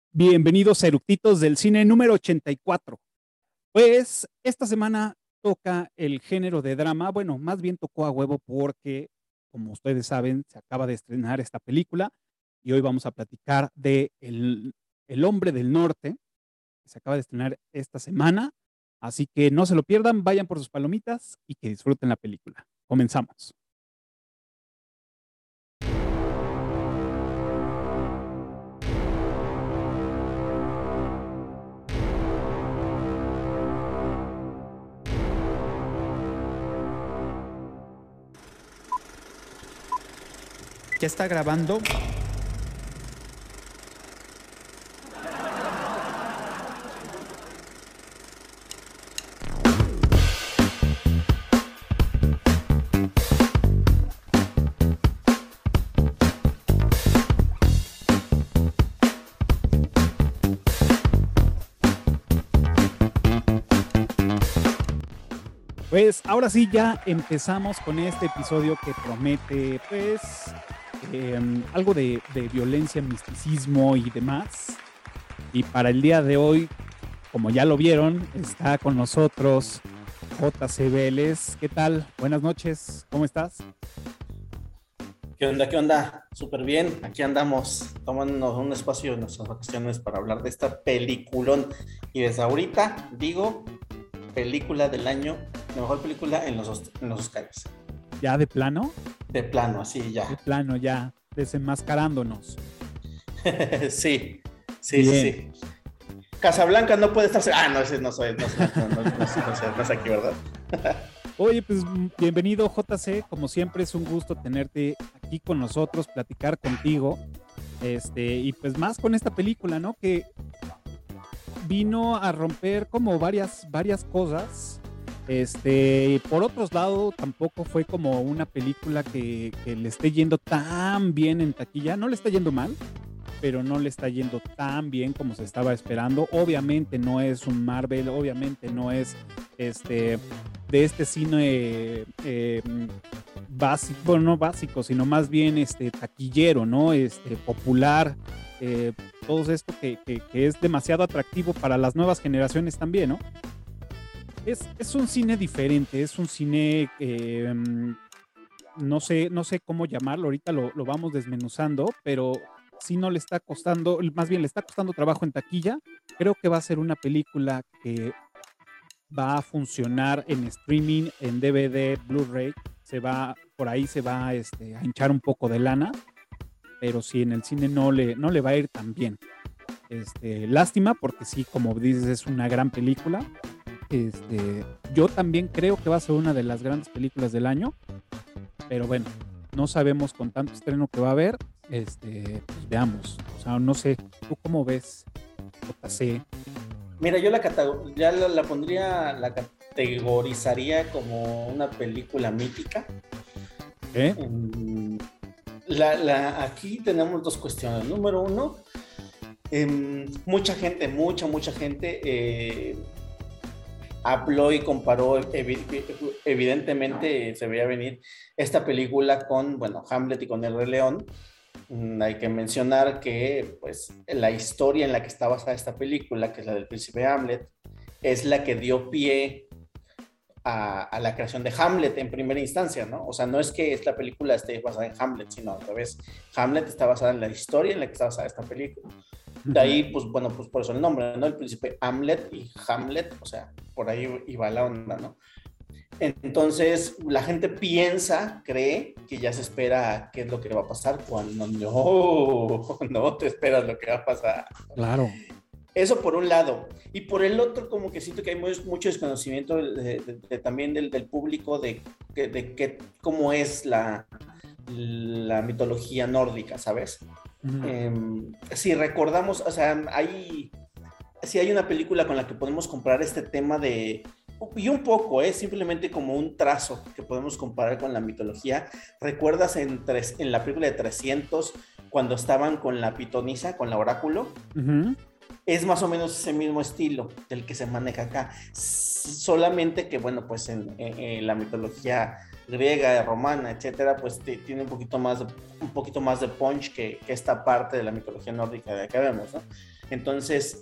Bienvenidos a Eructitos del Cine número 84. Pues esta semana toca el género de drama. Bueno, más bien tocó a huevo porque, como ustedes saben, se acaba de estrenar esta película y hoy vamos a platicar de El Hombre del Norte, que se acaba de estrenar esta semana. Así que no se lo pierdan, vayan por sus palomitas y que disfruten la película. Comenzamos. ¿Ya está grabando? Pues ahora sí ya empezamos con este episodio que promete pues algo de violencia, misticismo y demás. Y para el día de hoy, como ya lo vieron, está con nosotros JC Vélez. ¿Qué tal? Buenas noches, ¿cómo estás? ¿Qué onda? ¿Qué onda? Súper bien, aquí andamos tomándonos un espacio en nuestras vacaciones para hablar de esta peliculón. Y desde ahorita digo, película del año, la mejor película en los Oscars. ¿Ya de plano? De plano, así De ya. plano, ya desenmascarándonos. Sí. Bien. Casablanca no puede estar... Ah, no, ese no soy, no es aquí, ¿verdad? Oye, pues bienvenido JC, como siempre es un gusto tenerte aquí con nosotros, platicar contigo, y pues más con esta película, ¿no? Que vino a romper como varias cosas, por otros lados tampoco fue como una película que le esté yendo tan bien en taquilla, no le está yendo mal, pero no le está yendo tan bien como se estaba esperando. Obviamente no es un Marvel, obviamente no es de este cine básico, bueno, no básico, sino más bien taquillero, ¿no? Popular, todo esto que es demasiado atractivo para las nuevas generaciones también, ¿no? Es un cine diferente, es un cine no sé cómo llamarlo, ahorita lo vamos desmenuzando, pero sí no le está costando, más bien le está costando trabajo en taquilla. Creo que va a ser una película que va a funcionar en streaming, en DVD, Blu-ray, por ahí se va a hinchar un poco de lana, pero sí en el cine no le va a ir tan bien. Lástima, porque sí, como dices, es una gran película. Yo también creo que va a ser una de las grandes películas del año, pero bueno, no sabemos con tanto estreno que va a haber, pues veamos. O sea, no sé, ¿tú cómo ves, JC? Mira, yo la pondría, la categorizaría como una película mítica. ¿Eh? Aquí tenemos dos cuestiones. Número uno, mucha gente habló y comparó, evidentemente se veía venir esta película con, bueno, Hamlet y con El Rey León. Hay que mencionar que pues la historia en la que está basada esta película, que es la del príncipe Hamlet, es la que dio pie a la creación de Hamlet en primera instancia, ¿no? O sea, no es que esta película esté basada en Hamlet, sino al revés. Hamlet está basada en la historia en la que está basada esta película. De ahí, pues bueno, pues por eso el nombre, ¿no? El príncipe Hamlet y Hamlet, o sea, por ahí iba la onda, ¿no? Entonces, la gente cree que ya se espera qué es lo que va a pasar, cuando no te esperas lo que va a pasar. Claro. Eso por un lado. Y por el otro, como que siento que hay mucho desconocimiento también del público de cómo es la mitología nórdica, ¿sabes? Si recordamos, o sea, si hay una película con la que podemos comparar este tema y un poco, simplemente como un trazo que podemos comparar con la mitología. ¿Recuerdas en la película de 300 cuando estaban con la pitonisa, con la oráculo? Es más o menos ese mismo estilo del que se maneja acá, solamente que, bueno, pues en la mitología griega, romana, etcétera, pues tiene un poquito más de punch que esta parte de la mitología nórdica de acá vemos, ¿no? Entonces,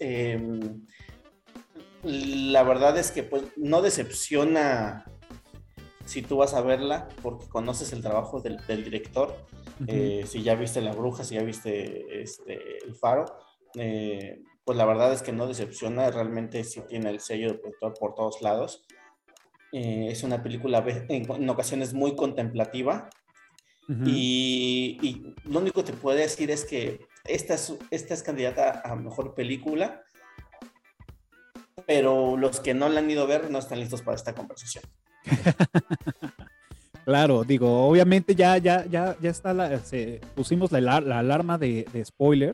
la verdad es que pues no decepciona si tú vas a verla porque conoces el trabajo del director. Si ya viste La Bruja, si ya viste El Faro, pues la verdad es que no decepciona, realmente sí tiene el sello de productor por todos lados. Es una película en ocasiones muy contemplativa. Y lo único que te puedo decir es que esta es candidata a mejor película, pero los que no la han ido a ver no están listos para esta conversación. Claro, digo, obviamente ya está pusimos la alarma de spoiler,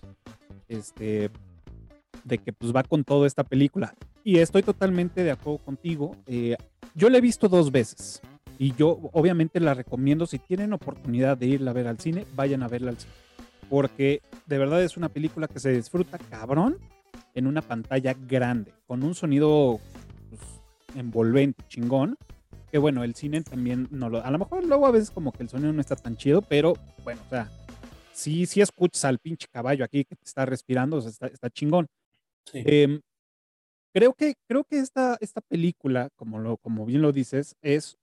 de que pues va con toda esta película. Y estoy totalmente de acuerdo contigo. Yo la he visto 2 veces. Y yo obviamente la recomiendo, si tienen oportunidad de irla a ver al cine, vayan a verla al cine. Porque de verdad es una película que se disfruta cabrón en una pantalla grande, con un sonido pues, envolvente, chingón. Que bueno, el cine también a lo mejor luego a veces como que el sonido no está tan chido, pero bueno, o sea, sí escuchas al pinche caballo aquí que te está respirando, o sea, está chingón. Sí. Creo que esta película, como bien lo dices,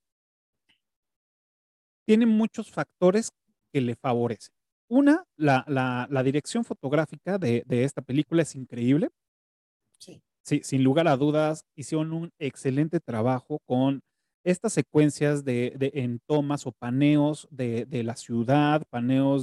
tiene muchos factores que le favorecen. Una, la dirección fotográfica de esta película es increíble. Sí. Sí, sin lugar a dudas, hicieron un excelente trabajo con estas secuencias en tomas o paneos de la ciudad, paneos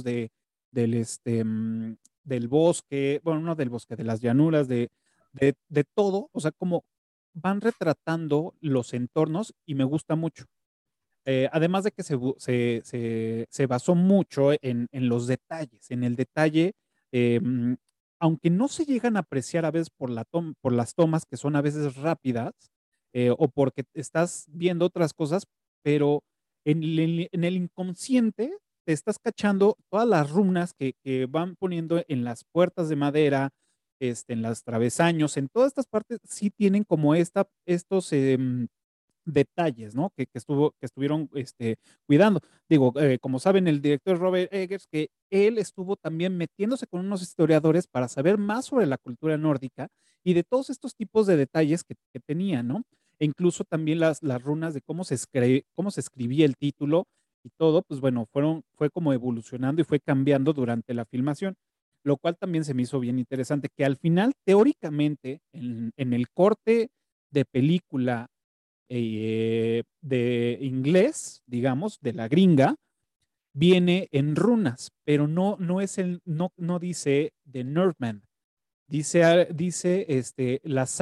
del bosque, bueno, no del bosque, de las llanuras, de todo, o sea, como van retratando los entornos y me gusta mucho. Además de que se basó mucho en los detalles, en el detalle, aunque no se llegan a apreciar a veces por las tomas que son a veces rápidas, o porque estás viendo otras cosas, pero en el inconsciente te estás cachando todas las runas que van poniendo en las puertas de madera, en los travesaños, en todas estas partes sí tienen como estos detalles, ¿no? Que estuvieron cuidando. Digo, como saben, el director Robert Eggers, que él estuvo también metiéndose con unos historiadores para saber más sobre la cultura nórdica y de todos estos tipos de detalles que tenía, ¿no? E incluso también las runas de cómo se escribía el título y todo, pues bueno, fue como evolucionando y fue cambiando durante la filmación, lo cual también se me hizo bien interesante, que al final, teóricamente, en el corte de película de inglés, digamos, de la gringa, viene en runas, pero no dice de Northman, dice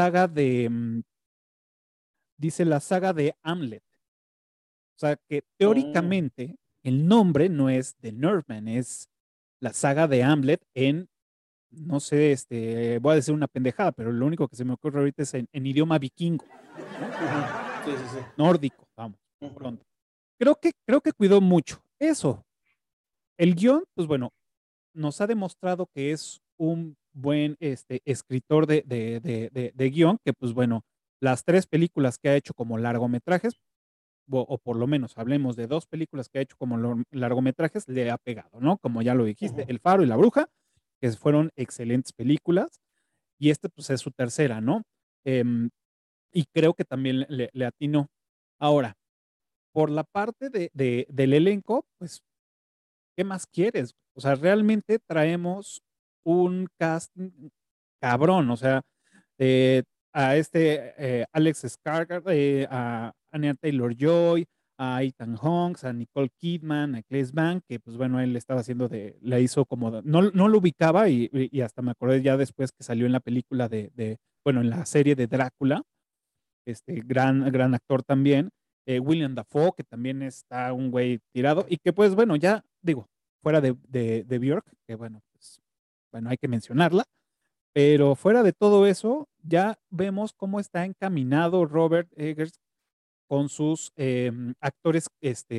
dice la saga de Hamlet. O sea que teóricamente el nombre no es de Northman, es la saga de Hamlet no sé, voy a decir una pendejada, pero lo único que se me ocurre ahorita es en idioma vikingo, ¿no? Sí. Nórdico, vamos, pronto. Creo que cuidó mucho eso. El guión, pues bueno, nos ha demostrado que es un buen escritor de guión, que pues bueno, las 3 películas que ha hecho como largometrajes, o por lo menos hablemos de 2 películas que ha hecho como largometrajes, le ha pegado, ¿no? Como ya lo dijiste, El Faro y La Bruja, que fueron excelentes películas, y pues es su tercera, ¿no? Y creo que también le atinó. Ahora, por la parte del elenco, pues, ¿qué más quieres? O sea, realmente traemos un cast cabrón, o sea, eh, a Alex Skarsgård, a Anya Taylor-Joy, a Ethan Hawke, a Nicole Kidman, a Claes Bang, que pues bueno, él estaba haciendo la hizo como, no lo ubicaba y hasta me acordé ya después que salió en la película bueno, en la serie de Drácula, gran actor también. William Dafoe, que también está un güey tirado, y que pues bueno, ya digo, fuera de Björk, que bueno, pues bueno, hay que mencionarla, pero fuera de todo eso, ya vemos cómo está encaminado Robert Eggers con sus actores,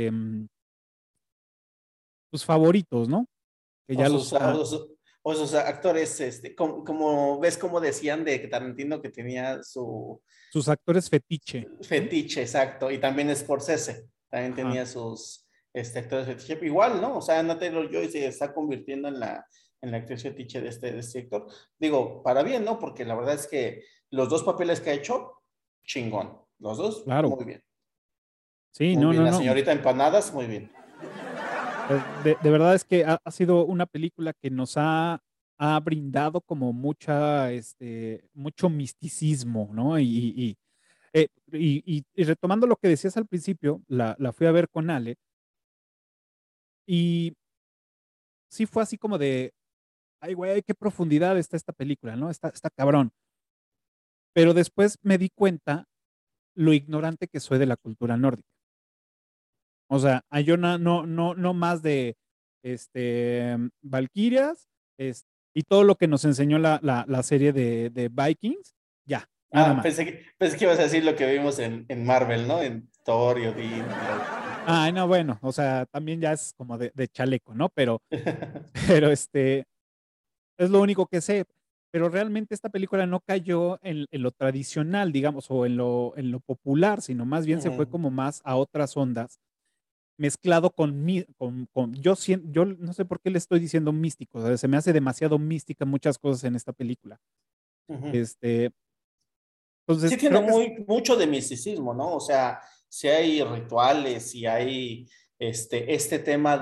pues favoritos, ¿no? Que O ya los sus, está, o sus, o sus actores, como ves como decían de Tarantino que tenía su sus actores fetiche, ¿no? fetiche, exacto, y también Scorsese, también Ajá. tenía sus actores fetiche, igual, ¿no? O sea, Anna Taylor-Joy se está convirtiendo en en la actriz fetiche de este actor. Digo, para bien, ¿no? Porque la verdad es que los dos papeles que ha hecho, chingón. Los dos, Claro. muy bien. Sí, Muy no, bien. no, La no. señorita Empanadas, muy bien. De verdad es que ha sido una película que ha brindado como mucho misticismo, ¿no? Y retomando lo que decías al principio, la fui a ver con Ale y sí fue así como de, ay, güey, qué profundidad está esta película, ¿no? Está cabrón. Pero después me di cuenta lo ignorante que soy de la cultura nórdica. O sea, yo no más de Valquirias y todo lo que nos enseñó la serie de Vikings, ya, nada Ah, más. pensé que ibas a decir lo que vimos en Marvel, ¿no? En Thor y Odín. Ah, no, bueno, o sea, también ya es como de chaleco, ¿no? Pero es lo único que sé. Pero realmente esta película no cayó en lo tradicional, digamos, o en lo popular, sino más bien se fue Ujú. como más a otras ondas mezclado yo no sé por qué le estoy diciendo místico, o sea, se me hace demasiado mística muchas cosas en esta película. Ujú. Este, Sí entonces tiene creo que es, mucho de misticismo, ¿no? O sea, si hay rituales, si hay este tema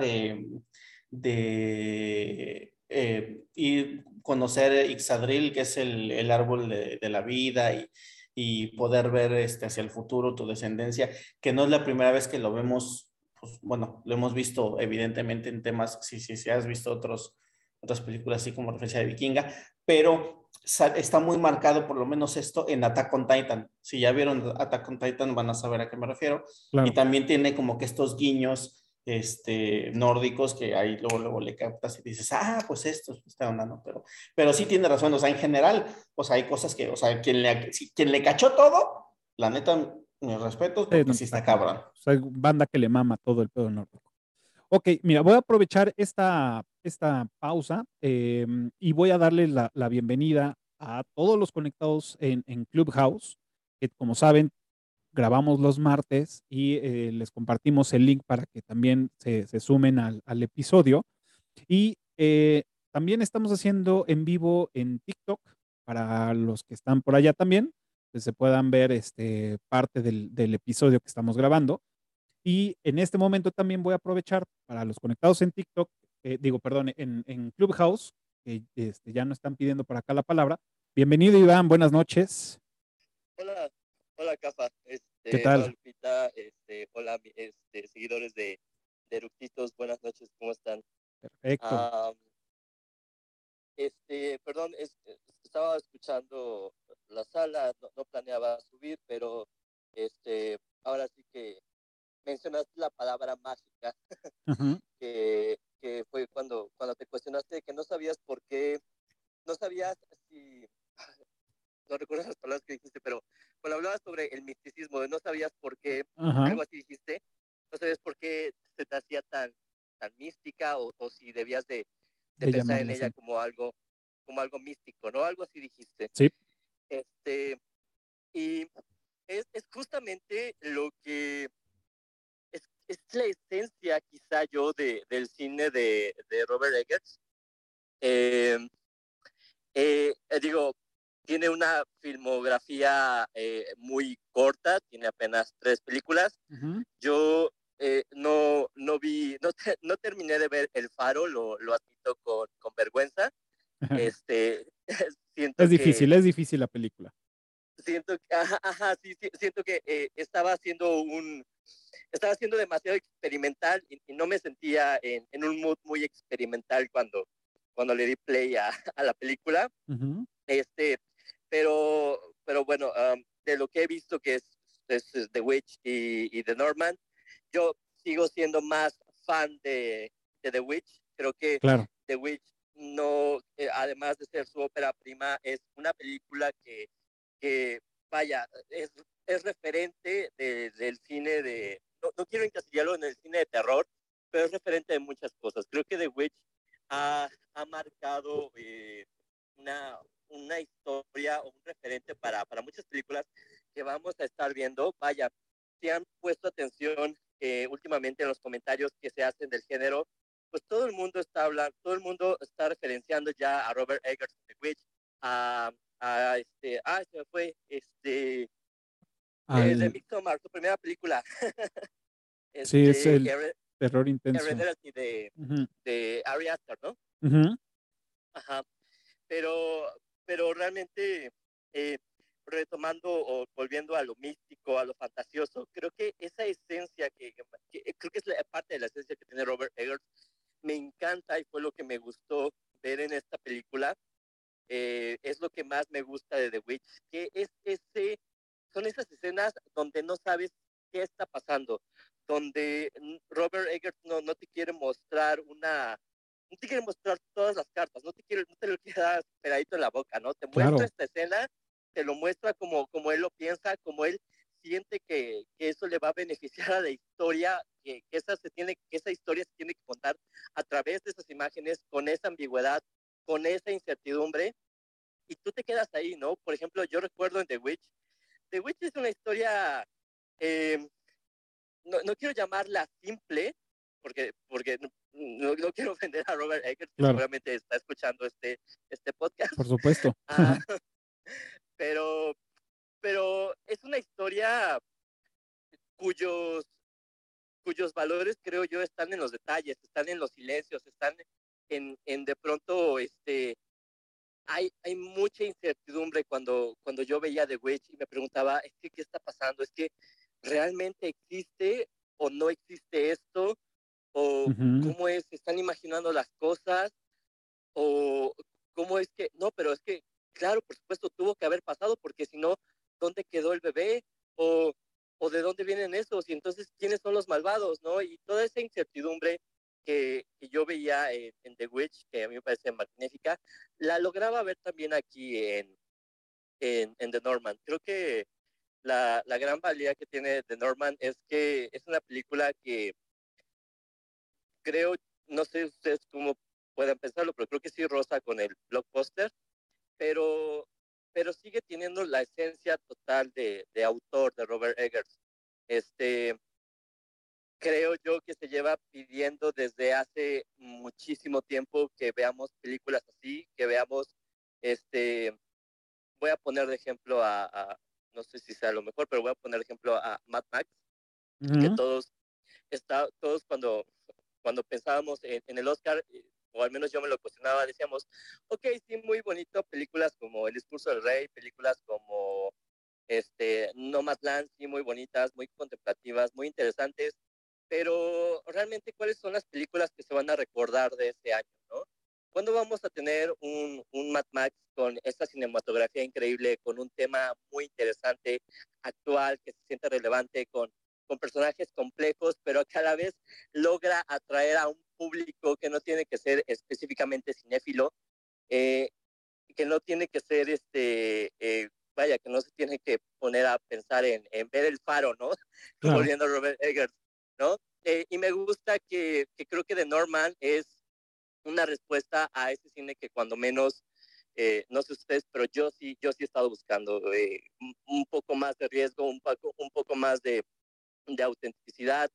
de ir conocer Ixadril, que es el árbol de la vida, y poder ver hacia el futuro tu descendencia, que no es la primera vez que lo vemos, pues, bueno, lo hemos visto evidentemente en temas, si has visto otras películas así como referencia de Vikinga, pero está muy marcado por lo menos esto en Attack on Titan. Si ya vieron Attack on Titan van a saber a qué me refiero. Y claro, también tiene como que estos guiños nórdicos que ahí luego le captas y dices, ah, pues esto, esta onda, ¿no? Pero sí tiene razón, o sea, en general, o sea, hay cosas que, o sea, quien le cachó todo, la neta, mis respetos, porque no, sí está está cañón. cabrón. O sea, banda que le mama todo el pedo nórdico. Ok, mira, voy a aprovechar esta pausa y voy a darle la bienvenida a todos los conectados en Clubhouse, que como saben, grabamos los martes y les compartimos el link para que también se sumen al episodio. Y también estamos haciendo en vivo en TikTok para los que están por allá también, que se puedan ver parte del episodio que estamos grabando. Y en este momento también voy a aprovechar para los conectados en TikTok, digo, perdón, en Clubhouse, que ya no están pidiendo por acá la palabra. Bienvenido, Iván, buenas noches. Hola, hola Cafa, ¿Qué hola tal? Lupita, hola seguidores de Eructitos, buenas noches, ¿cómo están? Perfecto. Ah, perdón, estaba escuchando la sala, no planeaba subir, pero ahora sí que mencionaste la palabra mágica, Ajá, que fue cuando te cuestionaste que no sabías por qué, no sabías si no recuerdo las palabras que dijiste, pero cuando hablabas sobre el misticismo, no sabías por qué, ajá, algo así dijiste, no sabías por qué se te hacía tan mística o si debías de de pensar en llamarle ella así. como algo místico, ¿no? Algo así dijiste. Sí, Este, y es justamente lo que es la esencia quizá yo del cine de Robert Eggers. Eh, digo, tiene una filmografía muy corta, tiene apenas 3 películas. ujú. Yo no vi, no terminé de ver El Faro, lo admito con vergüenza. Este, siento que, Es difícil la película. ajá, sí, siento que estaba haciendo demasiado experimental y no me sentía en un mood muy experimental cuando le di play a la película. Ujú. Este, pero bueno, de lo que he visto que es The Witch y The Norman, yo sigo siendo más fan de The Witch. Creo que Claro, The Witch no, además de ser su ópera prima, es una película que vaya, es referente del cine no quiero encasillarlo en el cine de terror, pero es referente de muchas cosas. Creo que The Witch ha marcado una, una historia o un referente para muchas películas que vamos a estar viendo. Vaya, si han puesto atención últimamente en los comentarios que se hacen del género, pues todo el mundo está está referenciando ya a Robert Eggers en The Witch, se me fue, de Midsommar, su primera película. Sí, es el Hered- terror intenso. Heredity Ujú, de Ari Aster, ¿no? ujú. Ajá. Pero realmente, eh, retomando o volviendo a lo místico, a lo fantasioso, creo que esa esencia que creo que es parte de la esencia que tiene Robert Eggers, me encanta y fue lo que me gustó ver en esta película. Es lo que más me gusta de The Witch, que son esas escenas donde no sabes qué está pasando, donde Robert Eggers no te quiere mostrar no te quiere mostrar todas las cartas, no te lo quiere dar pegadito en la boca, ¿no? Te muestra Claro. esta escena, te lo muestra como él lo piensa, como él siente que eso le va a beneficiar a la historia, que esa historia se tiene que contar a través de esas imágenes, con esa ambigüedad, con esa incertidumbre, y tú te quedas ahí, ¿no? Por ejemplo, yo recuerdo en The Witch es una historia, eh, no quiero llamarla simple, porque no quiero ofender a Robert Eggers, que Claro, seguramente está escuchando este podcast. por supuesto. Ah, pero, pero es una historia cuyos, cuyos valores, creo yo, están en los detalles, están en los silencios, están en de pronto, hay mucha incertidumbre cuando yo veía The Witch y me preguntaba, ¿qué está pasando? ¿Es que realmente existe o no existe esto? ¿O Ujú, cómo es? ¿Se están imaginando las cosas? ¿O cómo es que? No, pero es que, claro, por supuesto, tuvo que haber pasado, porque si no, ¿dónde quedó el bebé? ¿O, o de dónde vienen esos? Y entonces, ¿quiénes son los malvados? ¿No? Y toda esa incertidumbre que yo veía en The Witch, que a mí me parece magnífica, la lograba ver también aquí en The Norman. Creo que la gran valía que tiene The Norman es que es una película que creo, no sé ustedes cómo puedan pensarlo, pero creo que sí roza con el blockbuster, pero, pero sigue teniendo la esencia total de autor de Robert Eggers. Este, creo yo que se lleva pidiendo desde hace muchísimo tiempo que veamos películas así, que veamos, este, voy a poner de ejemplo no sé si sea lo mejor, pero voy a poner de ejemplo a Mad Max, que ujú. todos cuando pensábamos en el Oscar, o al menos yo me lo cuestionaba, decíamos, ok, sí, muy bonito, películas como El discurso del rey, películas como Nomadland, sí, muy bonitas, muy contemplativas, muy interesantes, pero realmente, ¿cuáles son las películas que se van a recordar de ese año, no? ¿Cuándo vamos a tener un Mad Max con esta cinematografía increíble, con un tema muy interesante, actual, que se siente relevante, con personajes complejos, pero que a la vez logra atraer a un público que no tiene que ser específicamente cinéfilo, eh, que no tiene que ser vaya, que no se tiene que poner a pensar en ver el faro, ¿no? Claro. Volviendo a Robert Eggers, ¿no? Y me gusta que creo que The Norman es una respuesta a ese cine que cuando menos, no sé ustedes, pero yo sí he estado buscando un poco más de riesgo, un poco más de autenticidad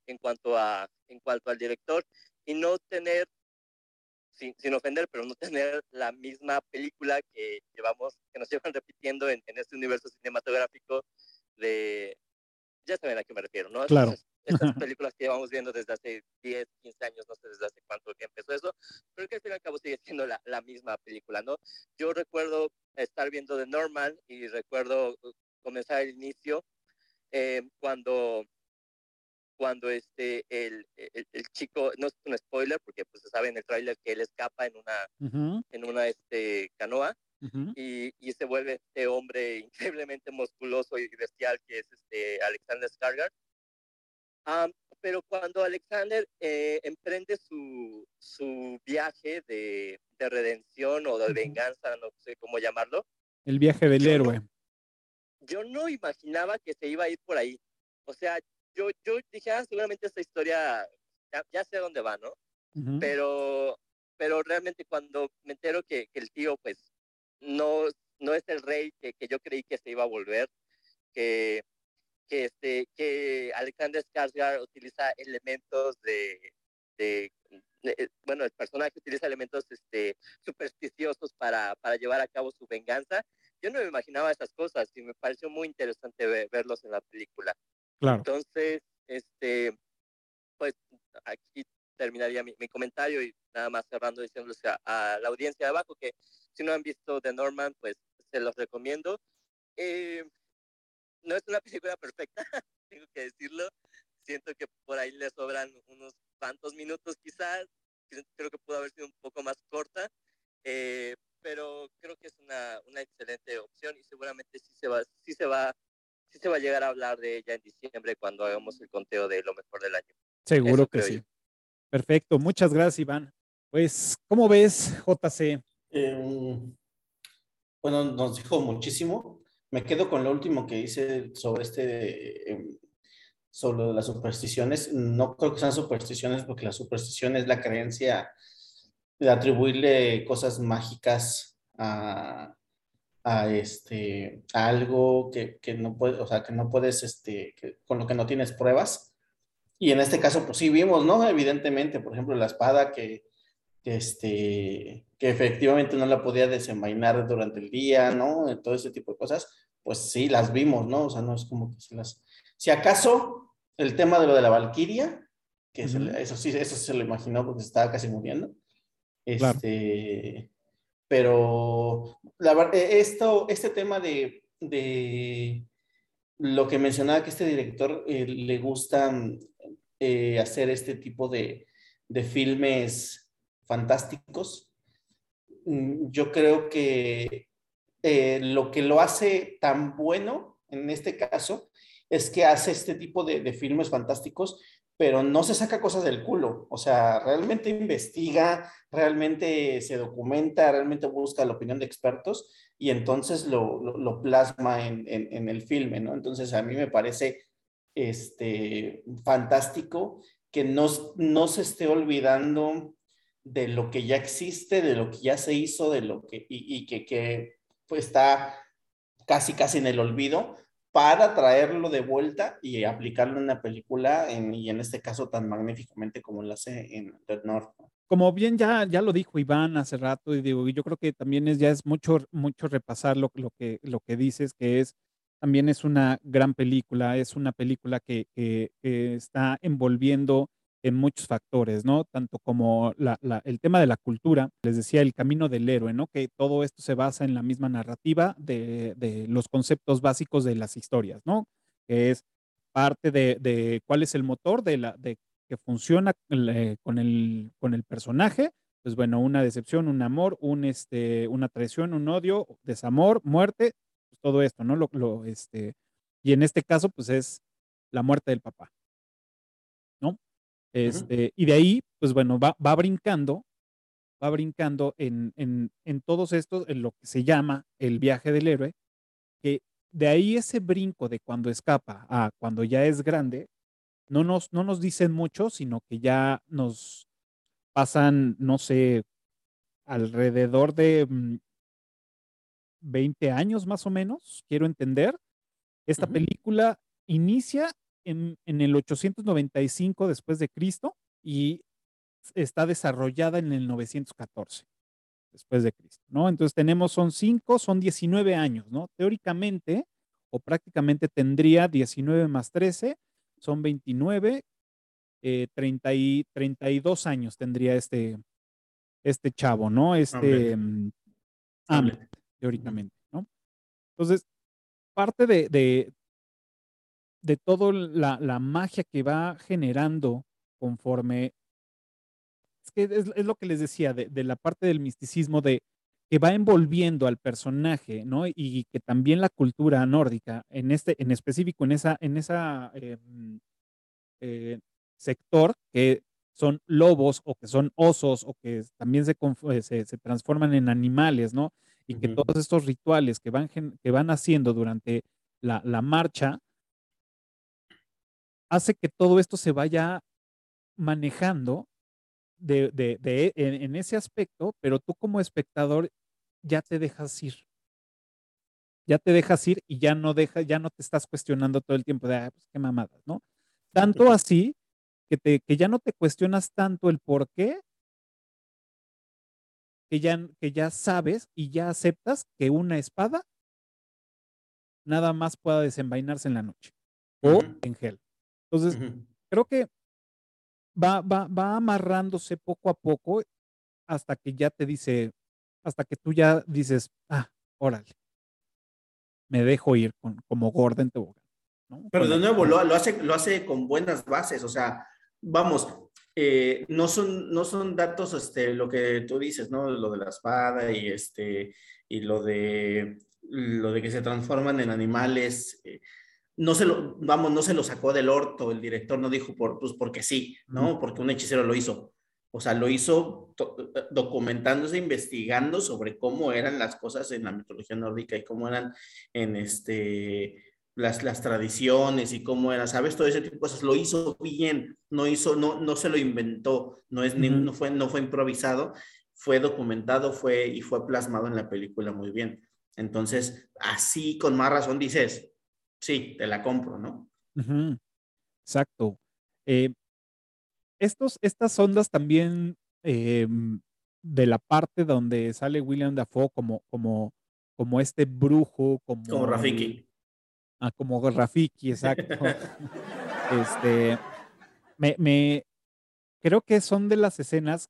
en cuanto al director, y no tener, sin ofender, pero no tener la misma película que nos llevan repitiendo en este universo cinematográfico de, ya saben a qué me refiero, ¿no? Claro. Estas películas que llevamos viendo desde hace 10, 15 años, no sé desde hace cuánto que empezó eso, pero que al fin y al cabo sigue siendo la misma película, ¿no? Yo recuerdo estar viendo The Norman y recuerdo comenzar el inicio cuando el chico, no es un spoiler porque pues se sabe en el tráiler que él escapa Ujú, en una canoa ujú. y se vuelve este hombre increíblemente musculoso y bestial que es Alexander Skarsgård. Um, pero cuando Alexander emprende su viaje de redención o de Ujú. venganza, no sé cómo llamarlo, El viaje del yo no, héroe. yo no imaginaba que se iba a ir por ahí. O sea, yo dije, seguramente esta historia ya sé dónde va, ¿no? Ujú. Pero, pero realmente cuando me entero que el tío, pues, no, no es el rey que yo creí que se iba a volver, que, que Alexander Skarsgård utiliza elementos de bueno, el personaje utiliza elementos supersticiosos para llevar a cabo su venganza. Yo no me imaginaba esas cosas y me pareció muy interesante verlos en la película. Claro. Entonces, pues aquí terminaría mi comentario y nada más cerrando diciéndoles a la audiencia de abajo que si no han visto The Northman, pues se los recomiendo. No es una película perfecta, tengo que decirlo. Siento que por ahí le sobran unos cuantos minutos quizás. Creo que pudo haber sido un poco más corta, pero creo que es una excelente opción y seguramente sí se va a llegar a hablar de ella en diciembre cuando hagamos el conteo de lo mejor del año. Seguro Eso que creo sí. yo. Perfecto, muchas gracias, Iván. Pues, ¿cómo ves, JC? Bueno, nos dijo muchísimo. Me quedo con lo último que dice sobre sobre las supersticiones. No creo que sean supersticiones porque la superstición es la creencia de atribuirle cosas mágicas a algo que no puedes, o sea, que no puedes, con lo que no tienes pruebas. Y en este caso, pues sí vimos, ¿no? Evidentemente, por ejemplo, la espada que efectivamente no la podía desenvainar durante el día, ¿no? Todo ese tipo de cosas, pues sí, las vimos, ¿no? O sea, no es como que se las... Si acaso el tema de lo de la Valquiria, eso sí, eso se lo imaginó porque se estaba casi muriendo, Claro. pero este tema de lo que mencionaba que este director le gusta hacer este tipo de filmes fantásticos. Yo creo lo que lo hace tan bueno en este caso es que hace este tipo de filmes fantásticos, pero no se saca cosas del culo. O sea, realmente investiga, realmente se documenta, realmente busca la opinión de expertos y entonces lo plasma en el filme, ¿no? Entonces a mí me parece fantástico que no se esté olvidando de lo que ya existe, de lo que ya se hizo, de lo que pues, está casi en el olvido, para traerlo de vuelta y aplicarlo en una película, y en este caso tan magníficamente como lo hace en The North. Como bien ya lo dijo Iván hace rato, y digo, yo creo que también ya es mucho repasar lo que dices, que también es una gran película, es una película que está envolviendo en muchos factores, ¿no? Tanto como el tema de la cultura, les decía, el camino del héroe, ¿no? Que todo esto se basa en la misma narrativa de los conceptos básicos de las historias, ¿no? Que es parte de cuál es el motor de que funciona con el personaje, pues bueno, una decepción, un amor, una traición, un odio, desamor, muerte, pues todo esto, ¿no? Y en este caso, pues es la muerte del papá, ¿no? Y de ahí, pues bueno, va brincando en todos estos, en lo que se llama el viaje del héroe, que de ahí ese brinco de cuando escapa a cuando ya es grande, no nos dicen mucho, sino que ya nos pasan, no sé, alrededor de 20 años más o menos, quiero entender. Esta película inicia en el 895 después de Cristo y está desarrollada en el 914 después de Cristo, ¿no? Entonces son 19 años, ¿no? Teóricamente o prácticamente tendría 19 más 13, son 29, 32 años tendría este chavo, ¿no? Hamlet, teóricamente, ¿no? Entonces, parte de toda la magia que va generando conforme, es que es lo que les decía, de la parte del misticismo, de que va envolviendo al personaje, ¿no? Y que también la cultura nórdica, en específico, eh, sector, que son lobos o que son osos o que también se transforman en animales, ¿no? Y que todos estos rituales que van haciendo durante la marcha, hace que todo esto se vaya manejando en ese aspecto, pero tú como espectador ya te dejas ir. Ya te dejas ir y ya no te estás cuestionando todo el tiempo de, pues qué mamadas, ¿no? Tanto así que ya no te cuestionas tanto el por qué, que ya sabes y ya aceptas que una espada nada más pueda desenvainarse en la noche o Ujú, en Hell. Entonces, ujú. creo que va amarrándose poco a poco hasta que ya te dice, hasta que tú ya dices, ah, órale, me dejo ir como Gordon Tobogán, ¿no? Pero de nuevo, lo hace con buenas bases, o sea, vamos, no son datos, lo que tú dices, ¿no? Lo de la espada y y lo de que se transforman en animales, vamos, no se lo sacó del orto, el director no dijo pues porque sí, Ujú, ¿no? Porque un hechicero lo hizo. O sea, lo hizo documentándose, investigando sobre cómo eran las cosas en la mitología nórdica y cómo eran en las tradiciones y cómo era, ¿sabes? Todo ese tipo de cosas. Lo hizo bien, no se lo inventó, ujú, no fue improvisado, fue documentado, y fue plasmado en la película muy bien. Entonces, así con más razón dices, sí, te la compro, ¿no? ujú, exacto. Eh, estas ondas también de la parte donde sale William Dafoe como este brujo, Como como Rafiki. como Rafiki, exacto. Este, me creo que son de las escenas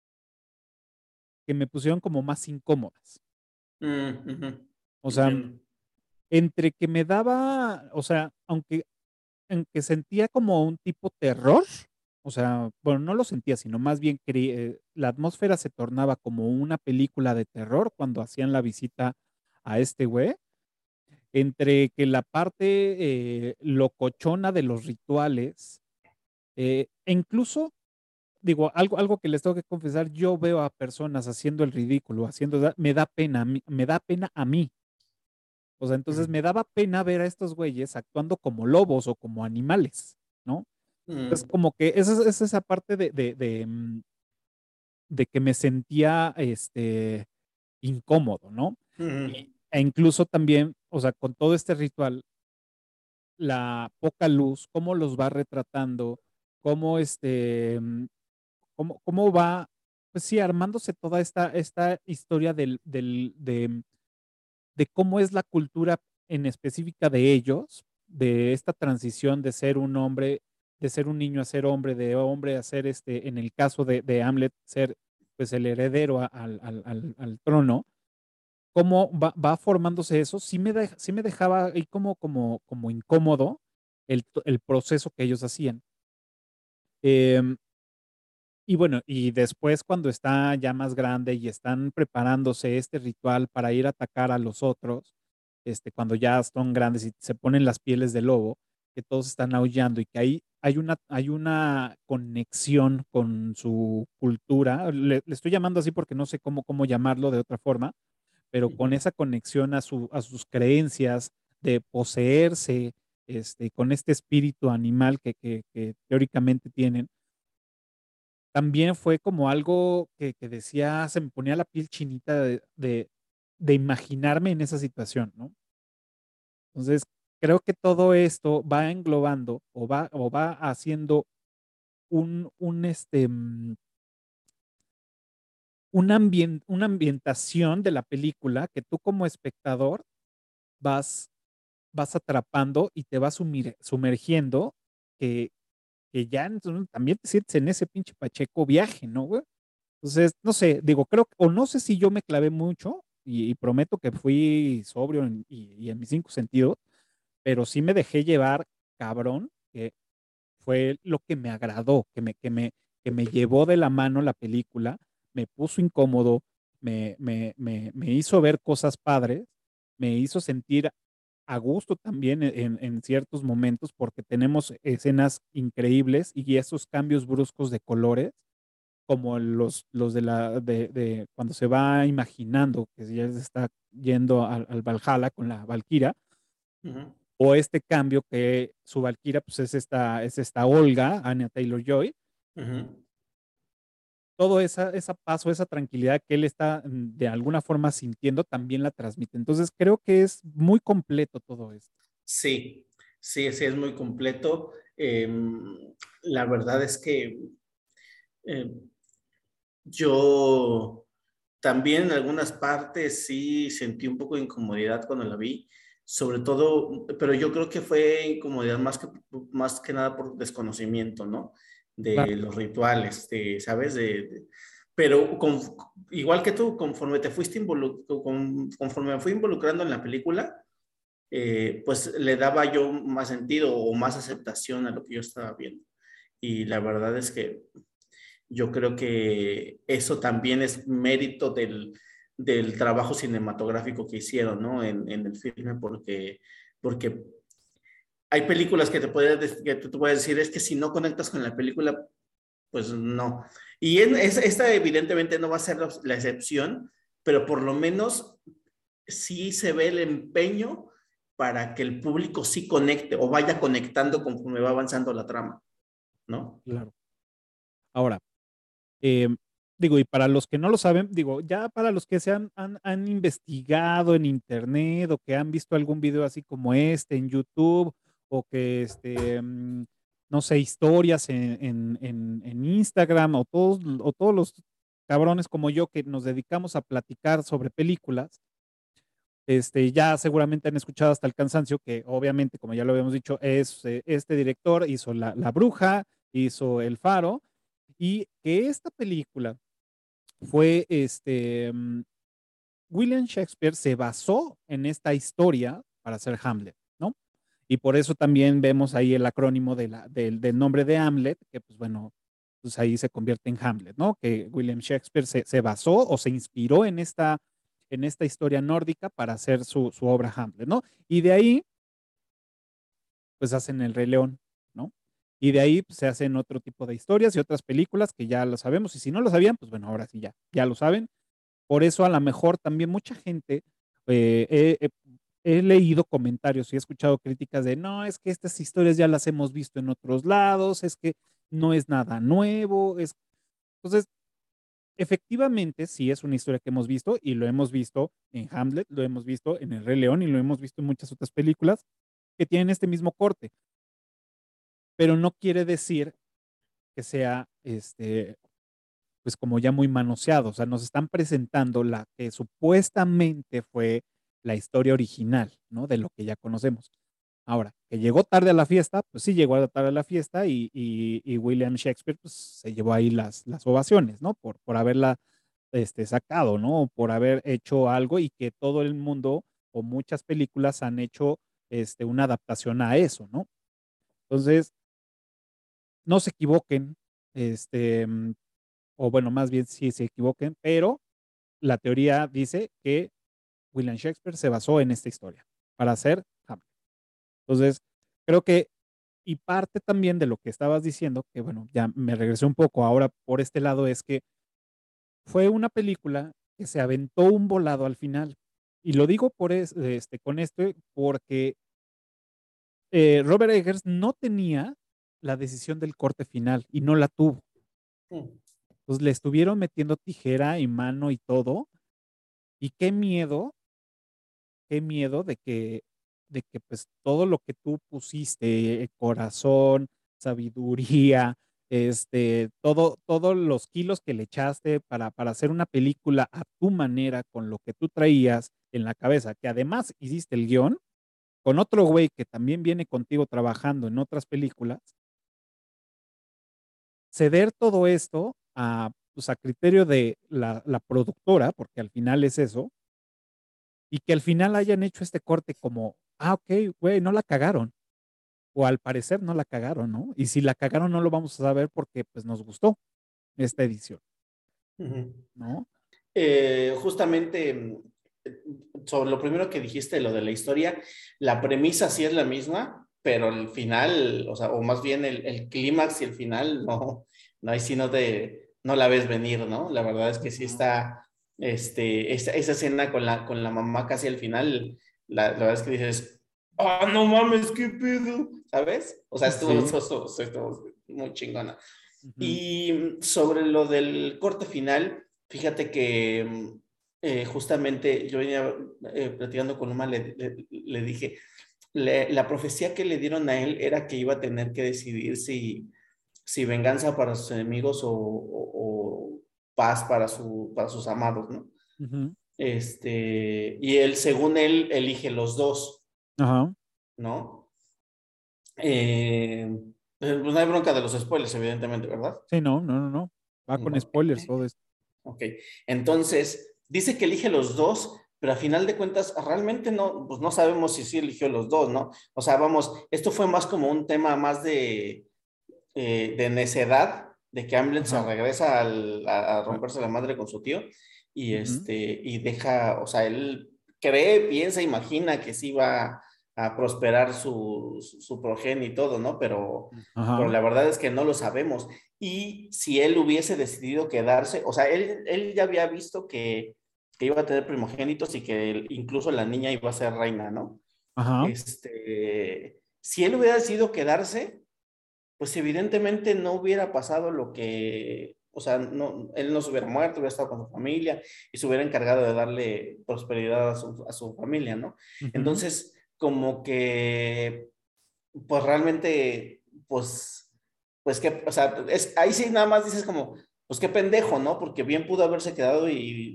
que me pusieron como más incómodas. Ujú. O sea, Entiendo. entre que me daba, o sea, aunque sentía como un tipo terror, o sea, bueno, no lo sentía, sino más bien la atmósfera se tornaba como una película de terror cuando hacían la visita a este güey, entre que la parte locochona de los rituales, e incluso, digo, algo que les tengo que confesar, yo veo a personas haciendo el ridículo, me da pena, me da pena a mí. O sea, entonces me daba pena ver a estos güeyes actuando como lobos o como animales, ¿no? Es Ujú. como que es esa parte de que me sentía incómodo, ¿no? Ujú. E incluso también, o sea, con todo este ritual, la poca luz, cómo los va retratando, cómo cómo va, pues sí, armándose toda esta historia de cómo es la cultura en específica de ellos, de esta transición de ser un hombre, de ser un niño a ser hombre, de hombre a ser en el caso de Hamlet, ser pues el heredero al trono, cómo va formándose eso, sí me dejaba ahí como incómodo el proceso que ellos hacían. Em, y bueno, y después cuando está ya más grande y están preparándose este ritual para ir a atacar a los otros, cuando ya son grandes y se ponen las pieles de lobo, que todos están aullando y que ahí hay una conexión con su cultura. Le estoy llamando así porque no sé cómo llamarlo de otra forma, pero con Ujú. esa conexión a sus creencias de poseerse, con este espíritu animal que teóricamente tienen también fue como algo que decía, se me ponía la piel chinita de imaginarme en esa situación, ¿no? Entonces, creo que todo esto va englobando o va haciendo una ambientación de la película que tú como espectador vas, vas atrapando y te vas sumergiendo, que, que ya entonces también te sientes en ese pinche Pacheco viaje, ¿no, güey? Entonces, no sé, digo, o no sé si yo me clavé mucho y prometo que fui sobrio y en mis cinco sentidos, pero sí me dejé llevar, cabrón, que fue lo que me agradó, que me llevó de la mano la película, me puso incómodo, me hizo ver cosas padres, me hizo sentir a gusto también en ciertos momentos porque tenemos escenas increíbles y esos cambios bruscos de colores como los de cuando se va imaginando que ya se está yendo al Valhalla con la Valkyria, Ujú. o este cambio que su Valkyria pues es esta Olga, Anya Taylor-Joy, Ujú. todo esa paz o esa tranquilidad que él está de alguna forma sintiendo también la transmite. Entonces creo que es muy completo todo esto. Sí, sí, es muy completo. La verdad es que eh, yo también en algunas partes sí sentí un poco de incomodidad cuando la vi, sobre todo, pero yo creo que fue incomodidad más que nada por desconocimiento, ¿no? De Claro. los rituales, ¿sabes? Pero igual que tú, conforme te fuiste conforme me fui involucrando en la película, pues le daba yo más sentido o más aceptación a lo que yo estaba viendo. Y la verdad es que yo creo que eso también es mérito del trabajo cinematográfico que hicieron, ¿no? En el filme, porque hay películas que te puedes decir, es que si no conectas con la película, pues no. Y esta evidentemente no va a ser la excepción, pero por lo menos sí se ve el empeño para que el público sí conecte o vaya conectando conforme va avanzando la trama, ¿no? Claro. Ahora, eh, digo, y para los que no lo saben, digo, ya para los que han investigado en internet o que han visto algún video así como este en YouTube o que, no sé, historias en Instagram o todos los cabrones como yo que nos dedicamos a platicar sobre películas, ya seguramente han escuchado hasta el cansancio que obviamente, como ya lo habíamos dicho, este director hizo La Bruja, hizo El Faro y que esta película fue, William Shakespeare se basó en esta historia para hacer Hamlet, ¿no? Y por eso también vemos ahí el acrónimo del nombre de Hamlet, que pues bueno, pues ahí se convierte en Hamlet, ¿no? Que William Shakespeare se basó o se inspiró en esta historia nórdica para hacer su obra Hamlet, ¿no? Y de ahí, pues hacen El Rey León, ¿no? Y de ahí pues, se hacen otro tipo de historias y otras películas que ya lo sabemos. Y si no lo sabían, pues bueno, ahora sí ya lo saben. Por eso a lo mejor también mucha gente, he leído comentarios y he escuchado críticas de, no, es que estas historias ya las hemos visto en otros lados, es que no es nada nuevo. Entonces, efectivamente, sí es una historia que hemos visto y lo hemos visto en Hamlet, lo hemos visto en El Rey León y lo hemos visto en muchas otras películas que tienen este mismo corte, pero no quiere decir que sea, pues como ya muy manoseado, o sea, nos están presentando la que supuestamente fue la historia original, ¿no? De lo que ya conocemos. Ahora, que llegó tarde a la fiesta, pues sí llegó tarde a la fiesta y William Shakespeare pues, se llevó ahí las ovaciones, ¿no? Por haberla sacado, ¿no? Por haber hecho algo y que todo el mundo o muchas películas han hecho una adaptación a eso, ¿no? Entonces, no se equivoquen, o bueno, más bien sí se equivoquen, pero la teoría dice que William Shakespeare se basó en esta historia para hacer Hamlet. Entonces, creo que, y parte también de lo que estabas diciendo, que bueno, ya me regresé un poco ahora por este lado, es que fue una película que se aventó un volado al final. Y lo digo con esto porque Robert Eggers no tenía la decisión del corte final y no la tuvo. Mm. Entonces le estuvieron metiendo tijera y mano y todo. Y qué miedo de que pues todo lo que tú pusiste, corazón, sabiduría, todos los kilos que le echaste para hacer una película a tu manera, con lo que tú traías en la cabeza, que además hiciste el guión, con otro güey que también viene contigo trabajando en otras películas, ceder todo esto pues, a criterio de la productora, porque al final es eso, y que al final hayan hecho este corte como, ok, güey, no la cagaron, o al parecer no la cagaron, ¿no? Y si la cagaron no lo vamos a saber porque pues nos gustó esta edición, Ujú. ¿no? Justamente sobre lo primero que dijiste, lo de la historia, la premisa sí es la misma, pero el final, o sea, o más bien el clímax y el final, no, no, ahí sí no la ves venir, ¿no? La verdad es que sí Ujú. está, esa escena con la mamá casi al final, la verdad es que dices, ah, no mames, qué pedo, ¿sabes? O sea, Sí. estuvo muy chingona. Ujú. Y sobre lo del corte final, fíjate que justamente yo venía platicando con Uma, le dije, la profecía que le dieron a él era que iba a tener que decidir si venganza para sus enemigos o paz para sus amados, ¿no? Ujú. Y él, según él, elige los dos, Ajá. ¿no? Eh, pues no hay bronca de los spoilers, evidentemente, ¿verdad? Sí, no. Va con Ok. spoilers todo esto. Ok, entonces dice que elige los dos, pero a final de cuentas realmente no, pues no sabemos si sí eligió los dos, ¿no? O sea, vamos, esto fue más como un tema más de necedad, de que Hamlet se Ajá. regresa a Claro. romperse la madre con su tío Ujú. y deja, o sea, él cree, piensa, imagina que sí va a prosperar su progenie y todo, ¿no? Pero Ajá. la verdad es que no lo sabemos. Y si él hubiese decidido quedarse, o sea, él ya había visto que iba a tener primogénitos y que incluso la niña iba a ser reina, ¿no? Ajá. Si él hubiera decidido quedarse, pues evidentemente no hubiera pasado lo que, o sea, no, él no se hubiera muerto, hubiera estado con su familia y se hubiera encargado de darle prosperidad a su familia, ¿no? Ujú. Entonces, como que, pues realmente, pues que, o sea, ahí sí nada más dices como, pues qué pendejo, ¿no? Porque bien pudo haberse quedado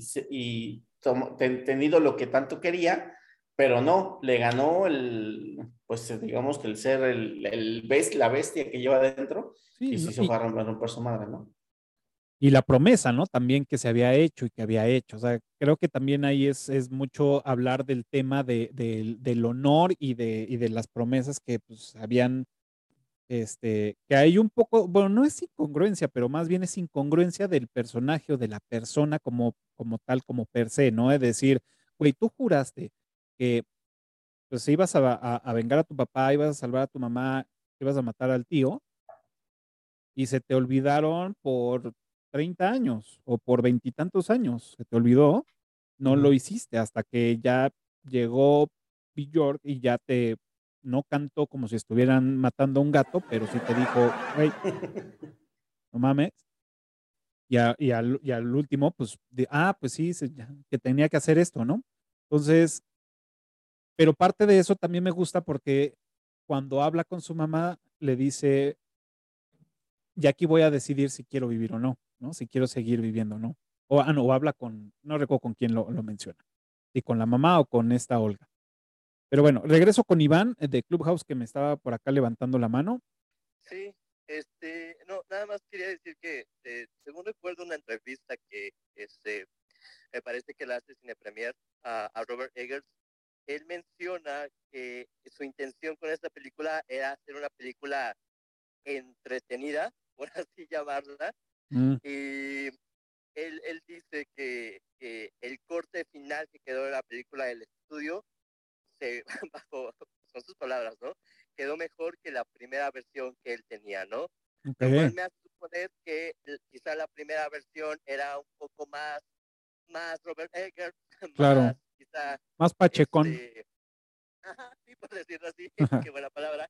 y tenido lo que tanto quería, pero no, le ganó pues digamos que el ser, la bestia que lleva adentro, Sí, y sí se fue a romper su madre, ¿no? y la promesa, ¿no? También que se había hecho y que había hecho. O sea, creo que también ahí es mucho hablar del tema del honor y de las promesas que pues habían, que hay un poco, bueno, no es incongruencia, pero más bien es incongruencia del personaje o de la persona como tal, como per se, ¿no? Es decir, güey, tú juraste que pues ibas a vengar a tu papá, ibas a salvar a tu mamá, ibas a matar al tío y se te olvidaron por 30 años o por veintitantos años, se te olvidó, no lo Ujú. hiciste hasta que ya llegó Bjork y ya no cantó como si estuvieran matando a un gato, pero sí te dijo, güey, no mames. Y al último, pues, pues sí, ya, que tenía que hacer esto, ¿no? Entonces, pero parte de eso también me gusta porque cuando habla con su mamá, le dice, y aquí voy a decidir si quiero vivir o no, ¿no? Si quiero seguir viviendo o no. No, o habla no recuerdo con quién lo menciona, si con la mamá o con esta Olga. Pero bueno, regreso con Iván de Clubhouse que me estaba por acá levantando la mano. Sí, no, nada más quería decir que, según recuerdo una entrevista que, me parece que la hace Cine Premier a Robert Eggers, él menciona que su intención con esta película era hacer una película entretenida, por así llamarla, Mm, y él dice que el corte final que quedó de la película del estudio, bajo, son sus palabras, ¿no? Quedó mejor que la primera versión que él tenía, ¿no? Lo cual ok, me hace suponer que quizá la primera versión era un poco más Robert Eggers, más claro, quizá, más pachecón. ajá, sí, por decirlo así, qué buena palabra,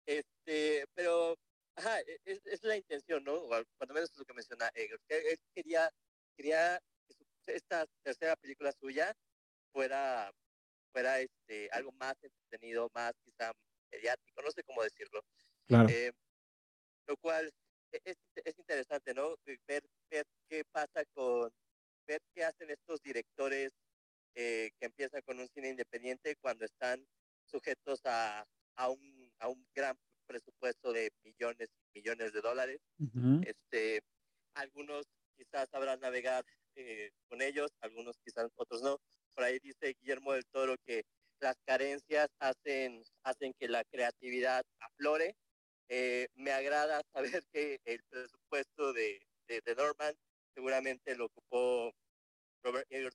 pero, ajá, es la intención, ¿no? O cuando menos es lo que menciona Eggers, que él quería que esta tercera película suya fuera, algo más entretenido, más quizá mediático, no sé cómo decirlo. Claro. Eh, lo cual es interesante, ¿no? Ver qué pasa ver qué hacen estos directores que empiezan con un cine independiente cuando están sujetos a un gran presupuesto de millones y millones de dólares. Ujú. Este, algunos quizás sabrán navegar con ellos, algunos quizás otros no. Por ahí dice Guillermo del Toro que las carencias hacen que la creatividad aflore. Me agrada saber que el presupuesto de Norman seguramente lo ocupó Robert Eggers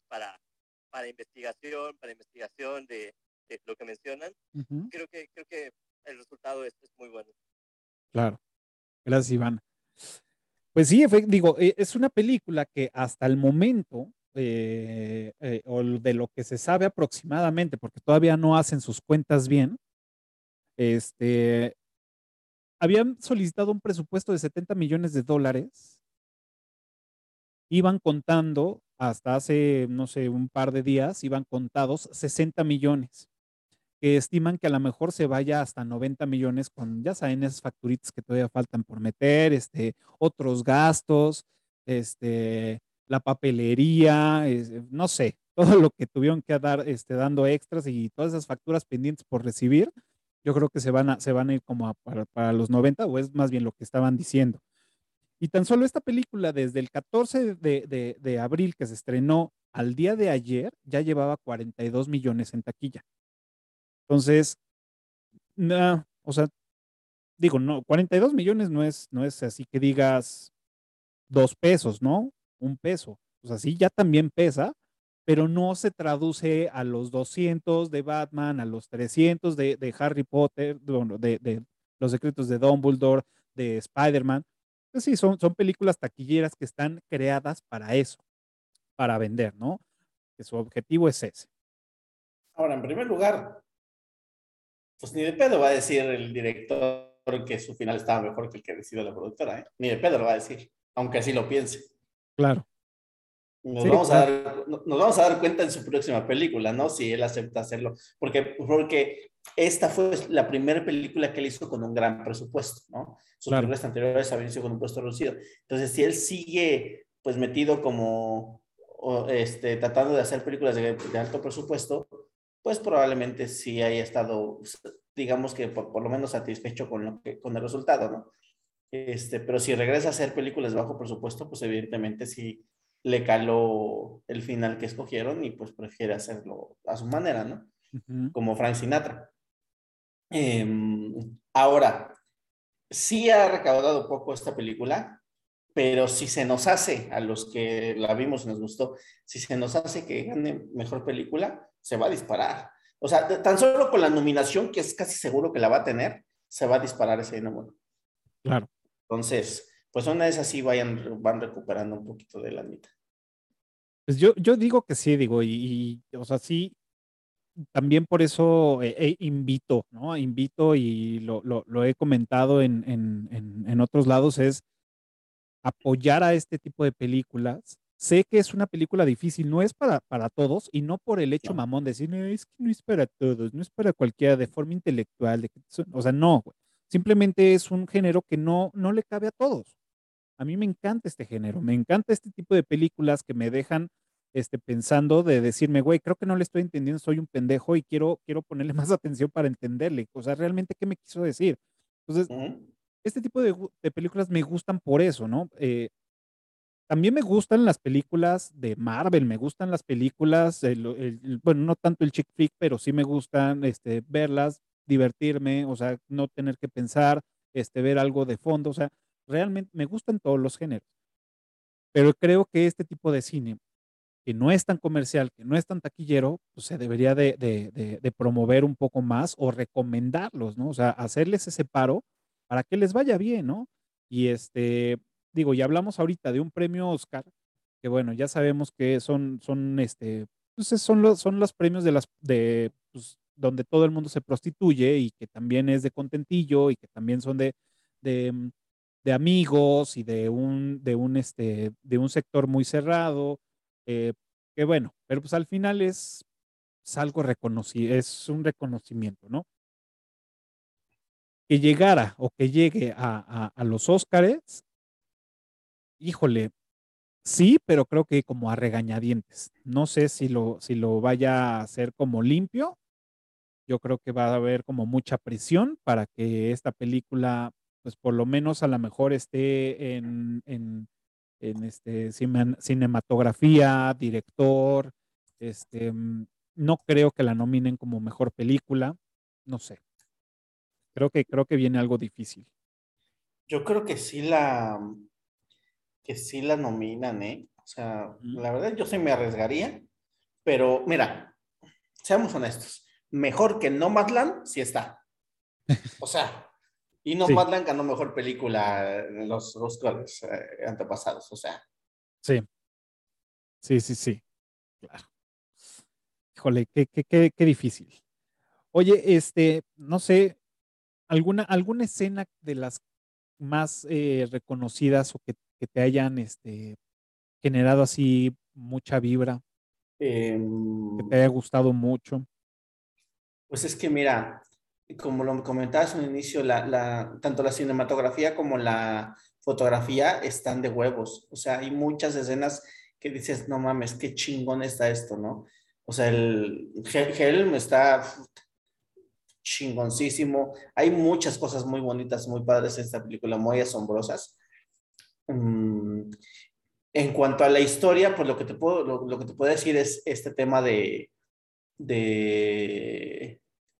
para investigación de lo que mencionan. Ujú. Creo que el resultado es muy bueno. Claro. Gracias, Iván. Pues sí, digo, es una película que hasta el momento, o de lo que se sabe aproximadamente, porque todavía no hacen sus cuentas bien, este, habían solicitado un presupuesto de 70 millones de dólares, iban contando hasta hace, no sé, un par de días, iban contados 60 millones, que estiman que a lo mejor se vaya hasta 90 millones con, ya saben, esas facturitas que todavía faltan por meter, otros gastos, este, la papelería, no sé, todo lo que tuvieron que dar, dando extras y todas esas facturas pendientes por recibir, yo creo que se van a ir como para los 90, o es más bien lo que estaban diciendo. Y tan solo esta película, desde el 14 de abril que se estrenó al día de ayer, ya llevaba 42 millones en taquilla. Entonces, o sea, digo, no, 42 millones no es así que digas 2 pesos, ¿no? 1 peso. O sea, sí, ya también pesa, pero no se traduce a los 200 de Batman, a los 300 de Harry Potter, bueno, de Los Secretos de Dumbledore, de Spider-Man. Pues sí, son películas taquilleras que están creadas para eso, para vender, ¿no? Que su objetivo es ese. Ahora, en primer lugar, pues ni de pedo va a decir el director que su final estaba mejor que el que decidió la productora, ¿eh? Ni de pedo lo va a decir, aunque así lo piense. Claro. Nos Sí, vamos a claro. nos vamos a dar cuenta en su próxima película, ¿no? Si él acepta hacerlo. Porque esta fue la primera película que él hizo con un gran presupuesto, ¿no? Sus Claro. películas anteriores habían sido con un presupuesto reducido. Entonces, si él sigue, pues, metido como, tratando de hacer películas de alto presupuesto, pues probablemente sí haya estado, digamos que por lo menos satisfecho con el resultado, ¿no? Pero si regresa a hacer películas de bajo presupuesto, pues evidentemente sí le caló el final que escogieron y pues prefiere hacerlo a su manera, ¿no? Ujú. Como Frank Sinatra. Ahora, sí ha recaudado poco esta película, pero si se nos hace, a los que la vimos y nos gustó, si se nos hace que gane mejor película, se va a disparar. O sea, tan solo con la nominación, que es casi seguro que la va a tener, se va a disparar ese número. Claro. Entonces, pues una vez así van recuperando un poquito de la mitad. Pues yo digo que sí, digo, o sea, sí, también por eso invito, ¿no? Invito y lo he comentado en otros lados, es apoyar a este tipo de películas. Sé que es una película difícil, no es para todos, y no por el hecho No. mamón de decir, "No, es que no es para todos, no es para cualquiera de forma intelectual, o sea, no, güey. Simplemente es un género que no le cabe a todos. A mí me encanta este género, me encanta este tipo de películas que me dejan pensando de decirme, güey, creo que no le estoy entendiendo, soy un pendejo y quiero ponerle más atención para entenderle. O sea, realmente, ¿qué me quiso decir? Entonces, Ujú. este tipo de películas me gustan por eso, ¿no? También me gustan las películas de Marvel, me gustan las películas, bueno, no tanto el chick flick, pero sí me gustan verlas, divertirme, o sea, no tener que pensar, ver algo de fondo, o sea, realmente me gustan todos los géneros, pero creo que este tipo de cine, que no es tan comercial, que no es tan taquillero, pues se debería de promover un poco más o recomendarlos, ¿no? O sea, hacerles ese paro para que les vaya bien, ¿no? Y digo, ya hablamos ahorita de un premio Oscar, que bueno, ya sabemos que pues son los premios pues, donde todo el mundo se prostituye y que también es de contentillo y que también son de, mm, de amigos y de un sector muy cerrado, eh, que bueno, pero pues al final es algo reconocido, es un reconocimiento, ¿no? Que llegara o que llegue a los Óscares, híjole, sí, pero creo que como a regañadientes. No sé si lo vaya a hacer como limpio. Yo creo que va a haber como mucha presión para que esta película, pues por lo menos a lo mejor esté en cinematografía, director, no creo que la nominen como mejor película, no sé, creo que viene algo difícil. Yo creo que sí la nominan, ¿eh? O sea, Ujú. la verdad yo sí me arriesgaría, pero mira, seamos honestos, mejor que Nomadland sí está. O sea, y Sí, Nomadland ganó mejor película en los Oscars antepasados, o sea. sí, sí, sí, sí, claro. Híjole, qué difícil. Oye, no sé, alguna escena de las más reconocidas o que te hayan generado así mucha vibra, eh, que te haya gustado mucho. Pues es que mira, como lo comentabas al inicio, tanto la cinematografía como la fotografía están de huevos. O sea, hay muchas escenas que dices, no mames, qué chingón está esto, ¿no? O sea, el Helm está chingoncísimo. Hay muchas cosas muy bonitas, muy padres en esta película, muy asombrosas. Mm, en cuanto a la historia, pues lo que te puedo decir es este tema de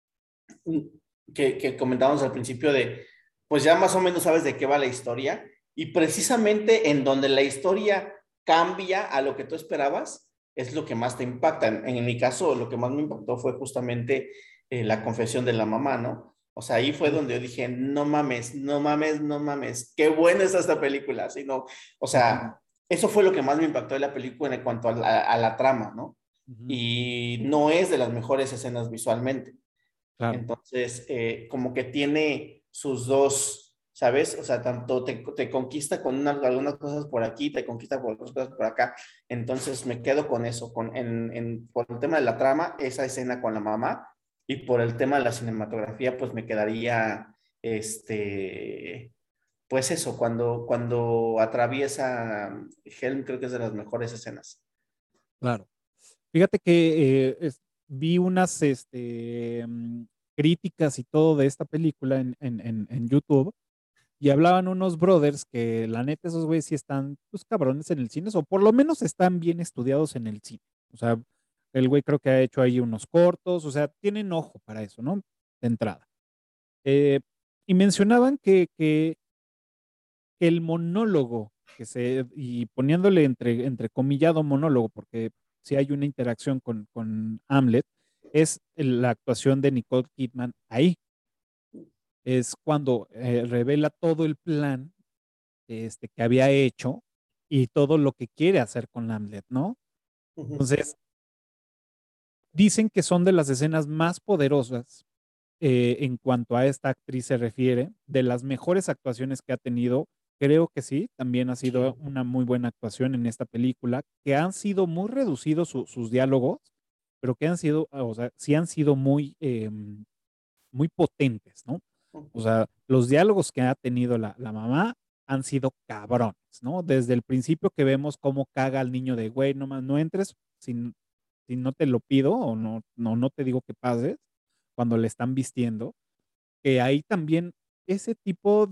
que comentábamos al principio de, pues ya más o menos sabes de qué va la historia y precisamente en donde la historia cambia a lo que tú esperabas, es lo que más te impacta. En mi caso, lo que más me impactó fue justamente la confesión de la mamá, ¿no? O sea, ahí fue donde yo dije, no mames, no mames, no mames, qué buena es esta película, ¿sí? No, o sea, eso fue lo que más me impactó de la película en cuanto a la trama, ¿no? Ujú. Y no es de las mejores escenas visualmente. Claro. Entonces, como que tiene sus dos, ¿sabes? O sea, tanto te conquista con algunas cosas por aquí, te conquista por otras cosas por acá. Entonces, me quedo con eso, por el tema de la trama, esa escena con la mamá, y por el tema de la cinematografía, pues me quedaría, pues eso, cuando atraviesa Helm, creo que es de las mejores escenas. Claro. Fíjate que vi unas críticas y todo de esta película en YouTube y hablaban unos brothers que la neta esos güeyes sí están pues cabrones en el cine o por lo menos están bien estudiados en el cine. O sea, el güey creo que ha hecho ahí unos cortos, o sea, tienen ojo para eso, ¿no? De entrada. Eh, y mencionaban que el monólogo y poniéndole entre comillado monólogo, porque si hay una interacción con Hamlet, es la actuación de Nicole Kidman ahí. Es cuando revela todo el plan que había hecho y todo lo que quiere hacer con Hamlet, ¿no? Ujú. Entonces, dicen que son de las escenas más poderosas en cuanto a esta actriz se refiere, de las mejores actuaciones que ha tenido. Creo que sí, también ha sido Sí. una muy buena actuación en esta película, que han sido muy reducidos sus diálogos, pero que han sido, o sea, sí han sido muy potentes, ¿no? O Ujú. sea, los diálogos que ha tenido la mamá han sido cabrones, ¿no? Desde el principio que vemos cómo caga al niño de, güey, no más, no entres si no te lo pido o no te digo que pases, cuando le están vistiendo, que ahí también ese tipo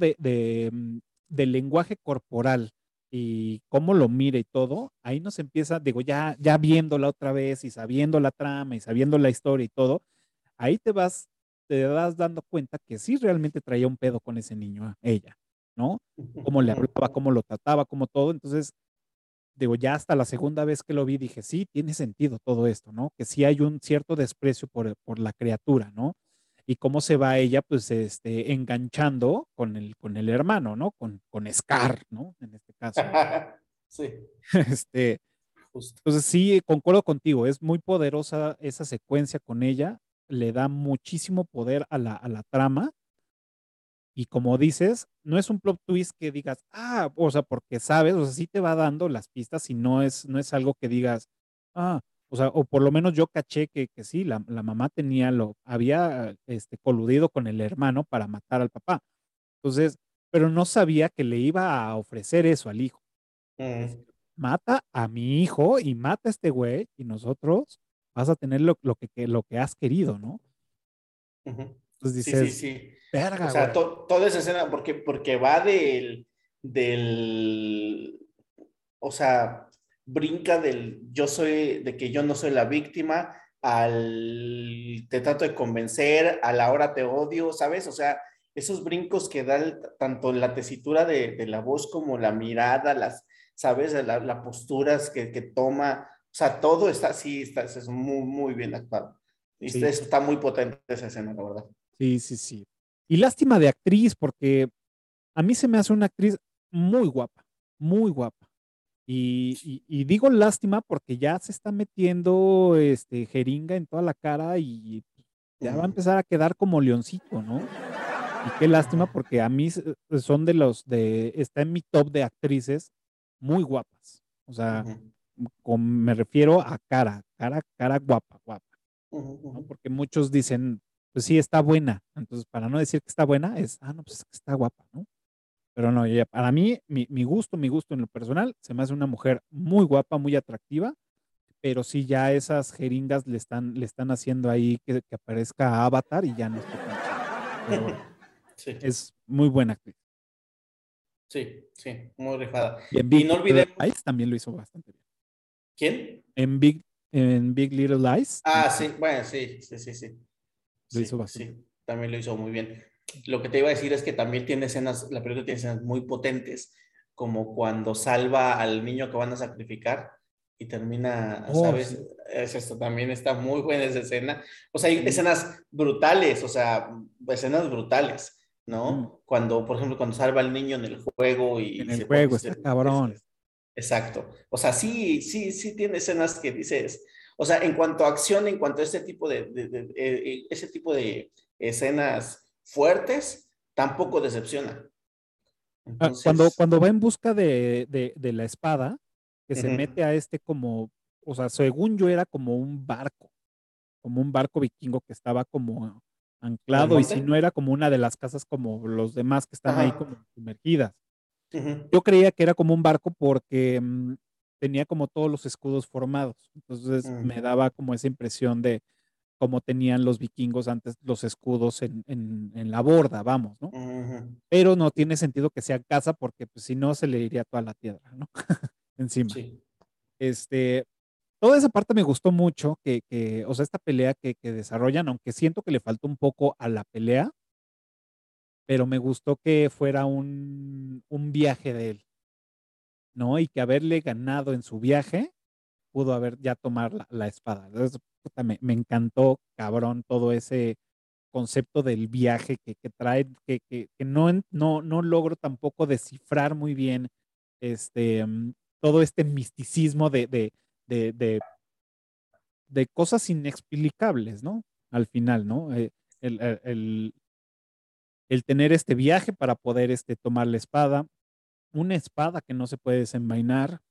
de lenguaje corporal y cómo lo mira y todo, ahí nos empieza, digo, ya viéndola otra vez y sabiendo la trama y sabiendo la historia y todo, ahí te vas dando cuenta que sí realmente traía un pedo con ese niño, ella, ¿no? Cómo le hablaba, cómo lo trataba, cómo todo. Entonces, digo, ya hasta la segunda vez que lo vi dije, sí, tiene sentido todo esto, ¿no? Que sí hay un cierto desprecio por la criatura, ¿no? Y cómo se va ella, pues, enganchando con el hermano, ¿no? Con Scar, ¿no? En este caso. Sí, Este, justo. entonces sí, concuerdo contigo, es muy poderosa esa secuencia con ella, le da muchísimo poder a la trama y como dices, no es un plot twist que digas, o sea, porque sabes, o sea, sí te va dando las pistas y no es algo que digas, o sea, o por lo menos yo caché que sí, la mamá había coludido con el hermano para matar al papá. Entonces, pero no sabía que le iba a ofrecer eso al hijo. Es Mm, decir, mata a mi hijo y mata a este güey y nosotros vas a tener lo que has querido, ¿no? ujú. Entonces Sí, sí, dices, sí. O verga, sea, güey. toda esa escena, porque va del, o sea, brinca de que yo no soy la víctima, al te trato de convencer, a la hora te odio, ¿sabes? O sea, esos brincos que da tanto la tesitura de la voz como la mirada, ¿sabes? La posturas que toma, o sea, todo está así, es muy, muy bien actuado. Y Sí, está muy potente esa escena, la verdad. sí, sí, sí. Y lástima de actriz, porque a mí se me hace una actriz muy guapa, muy guapa. Y digo lástima porque ya se está metiendo jeringa en toda la cara y ya va a Mm, empezar a quedar como leoncito, ¿no? Y qué lástima porque a mí son está en mi top de actrices muy guapas. O sea, ujú, me refiero a cara guapa, guapa, ujú, ¿no? ujú. Porque muchos dicen, pues sí, está buena. Entonces, para no decir que está buena, no, pues es que está guapa, ¿no? pero no, ella, para mí, mi gusto en lo personal, se me hace una mujer muy guapa, muy atractiva, pero sí ya esas jeringas le están haciendo ahí que aparezca Avatar y ya no está tan chido. Pero bueno, Sí, es muy buena actriz. sí, sí, muy rifada. Y en Y Big no Little olvidemos, Lies también lo hizo bastante bien. ¿quién? En Big Little Lies Ah, sí, bueno, sí, sí, sí, sí. lo hizo Sí, bastante bien. sí, también lo hizo muy bien. Lo que te iba a decir es que también tiene escenas, la película tiene escenas muy potentes, como cuando salva al niño que van a sacrificar y termina, Oh, ¿sabes? sí. Es esto también está muy buena esa escena. O sea, hay Sí. escenas brutales, o sea, escenas brutales, Ujú. ¿no? Cuando, por ejemplo, cuando salva al niño en el juego En y el se pone, juego está cabrón. exacto. O sea, sí, sí, sí tiene escenas que dices, o sea, en cuanto a acción, en cuanto a este tipo ese tipo de escenas fuertes, tampoco decepciona. Entonces, Cuando va en busca de la espada, que se ujú. mete a este como, o sea, según yo era como un barco vikingo que estaba como ¿En el anclado y si no monte? era como una de las casas como los demás que están ahí Ajá. como sumergidas. Ujú, Yo creía que era como un barco porque tenía como todos los escudos formados. Entonces me ujú, daba como esa impresión de cómo tenían los vikingos antes los escudos en la borda, vamos, ¿no? ujú. Pero no tiene sentido que sea casa porque pues, si no se le iría toda la tierra, ¿no? Encima. Sí. Este, toda esa parte me gustó mucho, o sea, esta pelea que desarrollan, aunque siento que le faltó un poco a la pelea, pero me gustó que fuera un viaje de él, ¿no? Y que haberle ganado en su viaje, pudo haber ya tomar la espada. Entonces, puta, me encantó, cabrón, todo ese concepto del viaje que trae, que no logro tampoco descifrar muy bien todo este misticismo de, de, de cosas inexplicables, ¿no? Al final, ¿no? El, el, el- el tener este viaje para poder tomar la espada, una espada que no se puede desenvainar,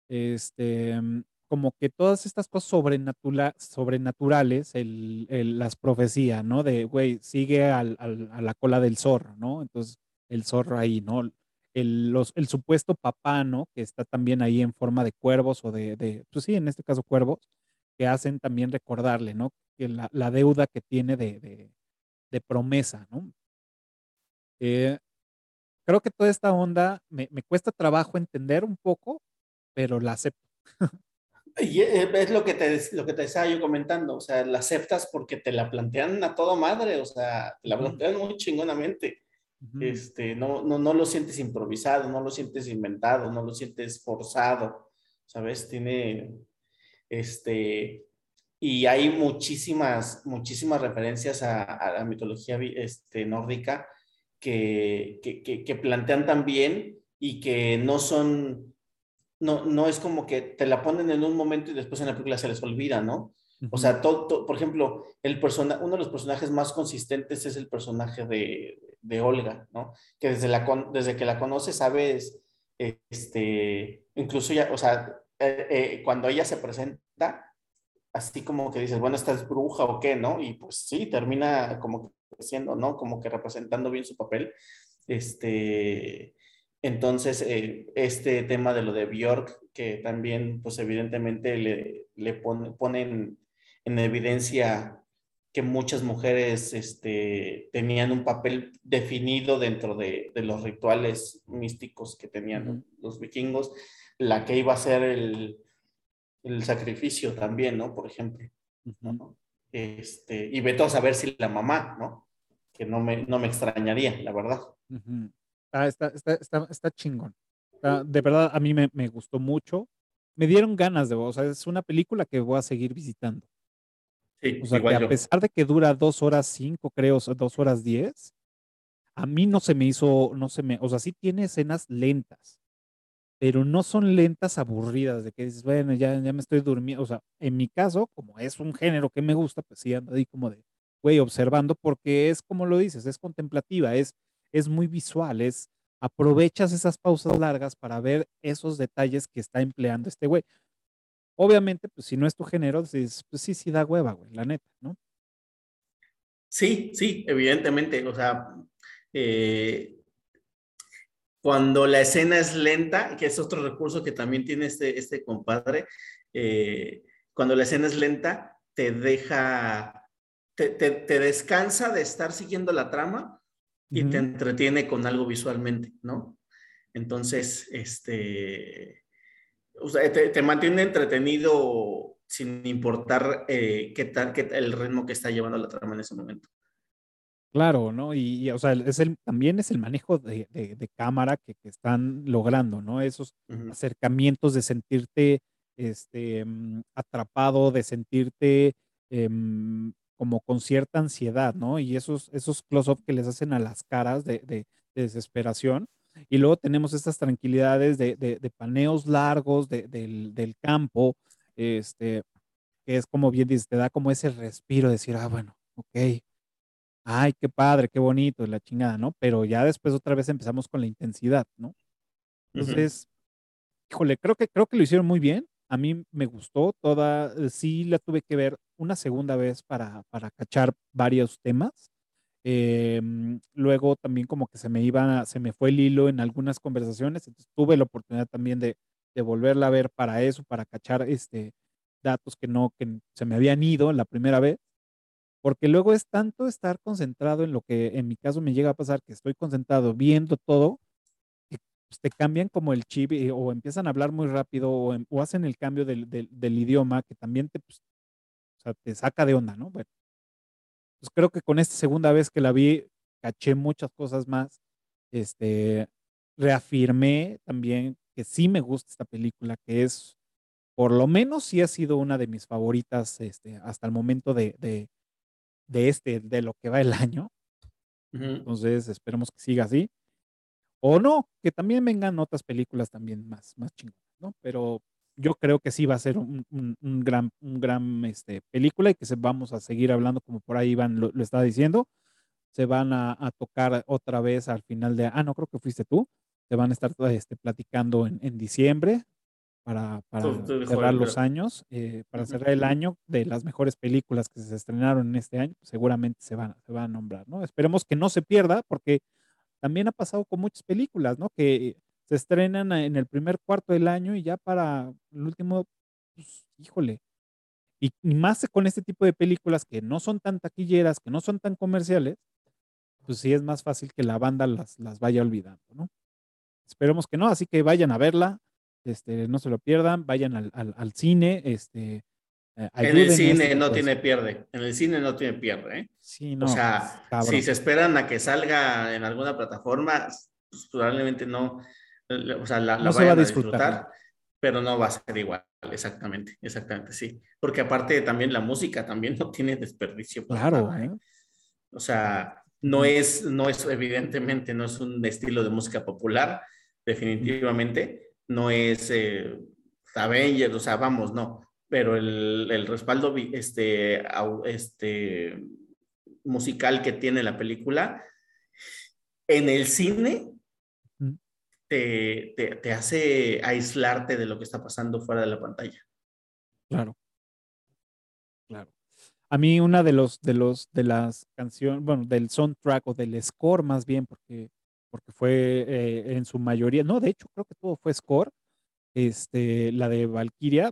como que todas estas cosas sobrenaturales, las profecías, ¿no? De, güey, sigue a la cola del zorro, ¿no? Entonces, el zorro ahí, ¿no? El supuesto papá, ¿no? Que está también ahí en forma de cuervos o pues sí, en este caso cuervos, que hacen también recordarle, ¿no? Que la deuda que tiene de promesa, ¿no? Eh, Creo que toda esta onda me cuesta trabajo entender un poco, pero la acepto. Y es lo que te estaba yo comentando, o sea, la aceptas porque te la plantean a toda madre, o sea, te la Ujú, plantean muy chingonamente. ujú, No lo sientes improvisado, no lo sientes inventado, no lo sientes forzado, ¿sabes? Este, y hay muchísimas referencias a la mitología nórdica que plantean también y que no es como que te la ponen en un momento y después en la película se les olvida, ¿no? O ujú, sea, por ejemplo, uno de los personajes más consistentes es el personaje de Olga, ¿no? Que desde que la conoces sabes, incluso ya, o sea, cuando ella se presenta, así como que dices, bueno, esta es bruja o qué, ¿no? Y pues sí, termina como que siendo, ¿no? Como que representando bien su papel. Este, entonces, este tema de lo de Bjork, que también, pues evidentemente le ponen en evidencia que muchas mujeres tenían un papel definido dentro de los rituales místicos que tenían ujú, los vikingos, la que iba a ser el sacrificio también, ¿no? Por ejemplo, ujú, ¿no? Y vete a saber si la mamá, ¿no? Que no me extrañaría, la verdad. ujú. Está chingón. De verdad, a mí me gustó mucho. Me dieron ganas o sea, es una película que voy a seguir visitando. O Sí, sea, que igual a yo. pesar de que dura 2 horas 5, creo, o sea, 2 horas 10, a mí no se me hizo, no se me, o sea, sí tiene escenas lentas, pero no son lentas aburridas, de que dices, bueno, ya me estoy durmiendo. O sea, en mi caso, como es un género que me gusta, pues sí ando ahí como de, güey, observando, porque es como lo dices, es contemplativa, es muy visual, aprovechas esas pausas largas para ver esos detalles que está empleando este güey. Obviamente, pues si no es tu género, dices, pues sí, sí da hueva, güey, la neta, ¿no? Sí, sí, evidentemente. O sea, eh, cuando la escena es lenta, que es otro recurso que también tiene este compadre, eh, cuando la escena es lenta, te deja, te descansa de estar siguiendo la trama y te Ujú. entretiene con algo visualmente, ¿no? Entonces, o sea, te mantiene entretenido sin importar el ritmo que está llevando la trama en ese momento. Claro, ¿no? O sea, también es el manejo de cámara que están logrando, ¿no? Esos Ujú, acercamientos de sentirte atrapado, de sentirte como con cierta ansiedad, ¿no? Y esos close-up que les hacen a las caras de desesperación. Y luego tenemos estas tranquilidades de paneos largos del campo, este, que es como bien dices, te da como ese respiro de decir, bueno, ok. Ay, qué padre, qué bonito, la chingada, ¿no? Pero ya después otra vez empezamos con la intensidad, ¿no? ujú, Entonces, híjole, creo que lo hicieron muy bien. A mí me gustó sí la tuve que ver una segunda vez para cachar varios temas. Luego también como que se me fue el hilo en algunas conversaciones, entonces tuve la oportunidad también de volverla a ver para eso, para cachar datos que se me habían ido la primera vez. Porque luego es tanto estar concentrado en lo que en mi caso me llega a pasar, que estoy concentrado viendo todo, que pues, te cambian como el chip o empiezan a hablar muy rápido o hacen el cambio del idioma que también pues, o sea, te saca de onda, ¿no? Bueno, pues creo que con esta segunda vez que la vi, caché muchas cosas más. Este, reafirmé también que sí me gusta esta película, que es, por lo menos sí ha sido una de mis favoritas hasta el momento de lo que va el año. ujú. Entonces, esperemos que siga así. O no, que también vengan otras películas también más chingonas, ¿no? Pero yo creo que sí va a ser un gran película y que vamos a seguir hablando, como por ahí Iván lo estaba diciendo. Se van a tocar otra vez al final no, creo que fuiste tú. Se van a estar platicando en diciembre para Tú, cerrar joder, los creo. años, para Ujú. cerrar el año de las mejores películas que se estrenaron en este año, pues seguramente se van a nombrar, ¿no? Esperemos que no se pierda, porque también ha pasado con muchas películas, ¿no? Que se estrenan en el primer cuarto del año y ya para el último, pues, híjole. Y más con este tipo de películas que no son tan taquilleras, que no son tan comerciales, pues sí es más fácil que la banda las vaya olvidando, ¿no? Esperemos que no, así que vayan a verla, no se lo pierdan, vayan al cine, En el ayuden a este cine no tipo de... tiene pierde, en el cine no tiene pierde, ¿eh? Sí, O no, pues, sea, si cabrón. se esperan a que salga en alguna plataforma, pues probablemente no, o sea, la No se va a vayan a disfrutar. disfrutar, pero no va a ser igual, exactamente, exactamente, sí. Porque aparte también la música también no tiene desperdicio para Claro, nada, ¿eh? ¿eh? O sea, Ujú, no es, evidentemente, no es un estilo de música popular, ujú. definitivamente, no es Avengers, o sea, vamos, no, pero el respaldo musical que tiene la película en el cine Ujú. te hace aislarte de lo que está pasando fuera de la pantalla. Claro, claro. A mí una de las canciones, bueno, del soundtrack o del score más bien, porque fue en su mayoría, no, de hecho creo que todo fue score, la de Valkyria,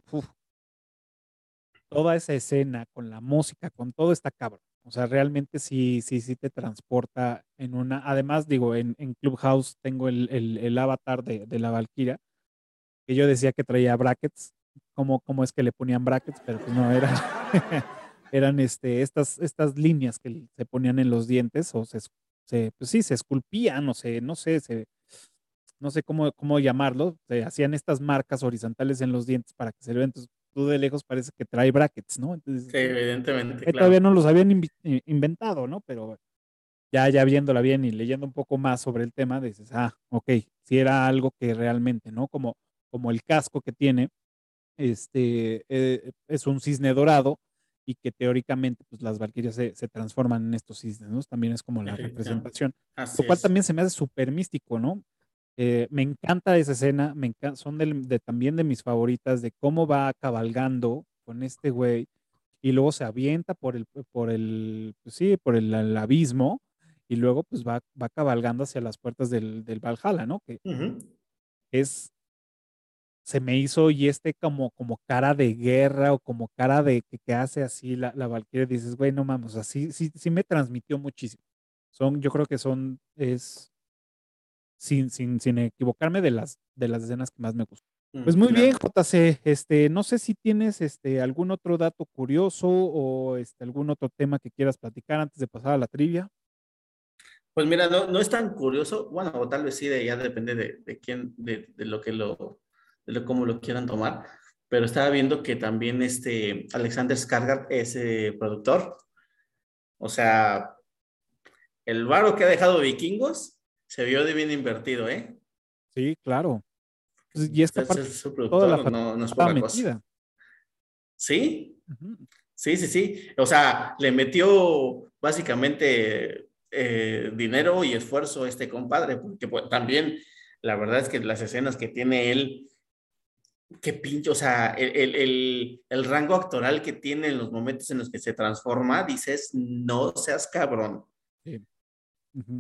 toda esa escena con la música, con todo está cabrón. O sea, realmente sí, sí, sí te transporta además digo, en Clubhouse tengo el avatar de la Valkyria, que yo decía que traía brackets, cómo es que le ponían brackets, pero pues no, eran estas líneas que se ponían en los dientes o pues sí, se esculpían, no sé cómo llamarlo, se hacían estas marcas horizontales en los dientes para que se vean, entonces tú de lejos parece que trae brackets, ¿no? Entonces, Sí, evidentemente, todavía claro. no los habían inventado, ¿no? Pero ya viéndola bien y leyendo un poco más sobre el tema, dices, ok, si era algo que realmente, ¿no? Como el casco que tiene es un cisne dorado y que teóricamente pues las valquirias se transforman en estos cisnes, ¿no? También es como la Efectivamente. representación, lo Así cual es. también se me hace súper místico, ¿no? Me encanta esa escena, son también de mis favoritas, de cómo va cabalgando con este güey y luego se avienta por el, pues sí, por el abismo y luego pues va cabalgando hacia las puertas del Valhalla, ¿no? Que Ujú. es, se me hizo y como cara de guerra o como cara de que hace así la Valkyria, dices, güey, no mames, o sea, sí me transmitió muchísimo. Yo creo que sin equivocarme, de las escenas que más me gustan. Pues muy bien, Claro. JC, no sé si tienes algún otro dato curioso o algún otro tema que quieras platicar antes de pasar a la trivia. Pues mira, no es tan curioso, bueno, o tal vez sí, ya depende de quién, de lo que cómo lo quieran tomar, pero estaba viendo que también Alexander Skarsgård es productor, o sea, el varo que ha dejado Vikingos se vio de bien invertido, ¿eh? Sí, claro. Pues, y es que Usted aparte es su toda la productor, fanaticada no es estaba poca cosa. metida. ¿Sí? Ujú. Sí. O sea, le metió básicamente dinero y esfuerzo a este compadre, porque pues, también la verdad es que las escenas que tiene él, qué pinche, o sea, el rango actoral que tiene en los momentos en los que se transforma, dices, no seas cabrón. Sí. Ujú.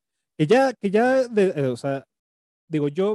O sea, digo, yo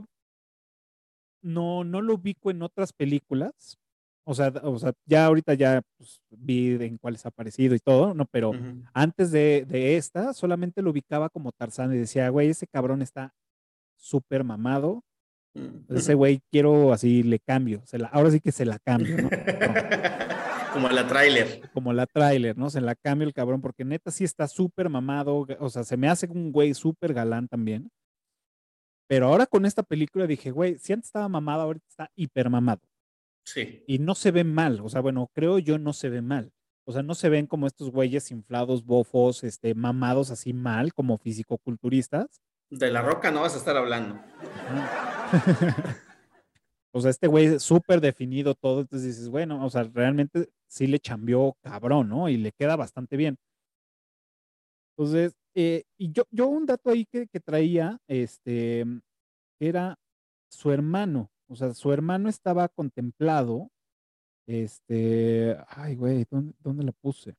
no lo ubico en otras películas. O sea, ya ahorita ya pues, vi en cuáles ha aparecido y todo, ¿no? Pero Ujú. antes de esta, solamente lo ubicaba como Tarzán y decía, güey, ese cabrón está súper mamado. Ese Ujú. güey quiero así, le cambio. Ahora sí que se la cambio, ¿no? Cabrón. Como la tráiler. Como la tráiler, ¿no? Se la cambio el cabrón, porque neta sí está súper mamado. O sea, se me hace un güey súper galán también. Pero ahora con esta película dije, güey, si antes estaba mamado, ahorita está hiper mamado. Sí. Y no se ve mal, o sea, bueno, creo yo no se ve mal. O sea, no se ven como estos güeyes inflados, bofos, mamados así mal, como fisicoculturistas. De la Roca no vas a estar hablando. Ajá. O sea, este güey es súper definido todo, entonces dices, bueno, o sea, realmente sí le chambeó cabrón, ¿no? Y le queda bastante bien. Entonces, y yo un dato ahí que traía, era su hermano, o sea, su hermano estaba contemplado, ay, güey, ¿dónde la puse?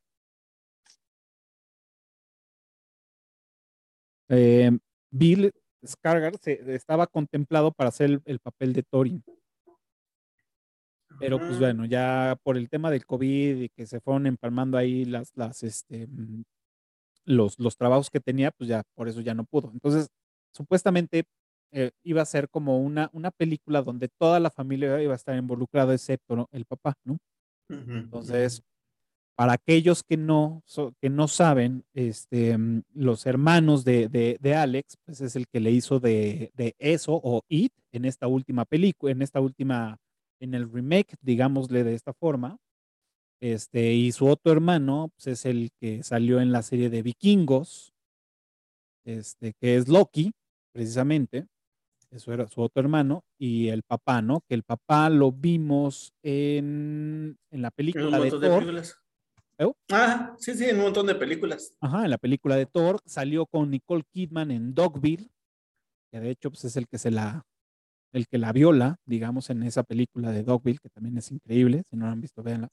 Eh, Bill Skarsgård estaba contemplado para hacer el papel de Thorin, pero pues Ah, bueno, ya por el tema del COVID y que se fueron empalmando ahí los trabajos que tenía, pues ya por eso ya no pudo. Entonces, supuestamente iba a ser como una película donde toda la familia iba a estar involucrada, excepto, ¿no?, el papá, ¿no? ujú, ujú. Entonces, para aquellos que no saben, los hermanos de Alex, pues es el que le hizo de eso o It en esta última película, en el remake, digámosle de esta forma. Y su otro hermano, pues es el que salió en la serie de Vikingos, que es Loki, precisamente. Eso era su otro hermano. Y el papá, ¿no? Que el papá lo vimos en la En un película de montón de Thor. películas. ¿Eh? Ah, sí, en un montón de películas. Ajá, en la película de Thor, salió con Nicole Kidman en Dogville, que de hecho pues, es el que la viola, digamos, en esa película de Dogville, que también es increíble, si no la han visto, véanla.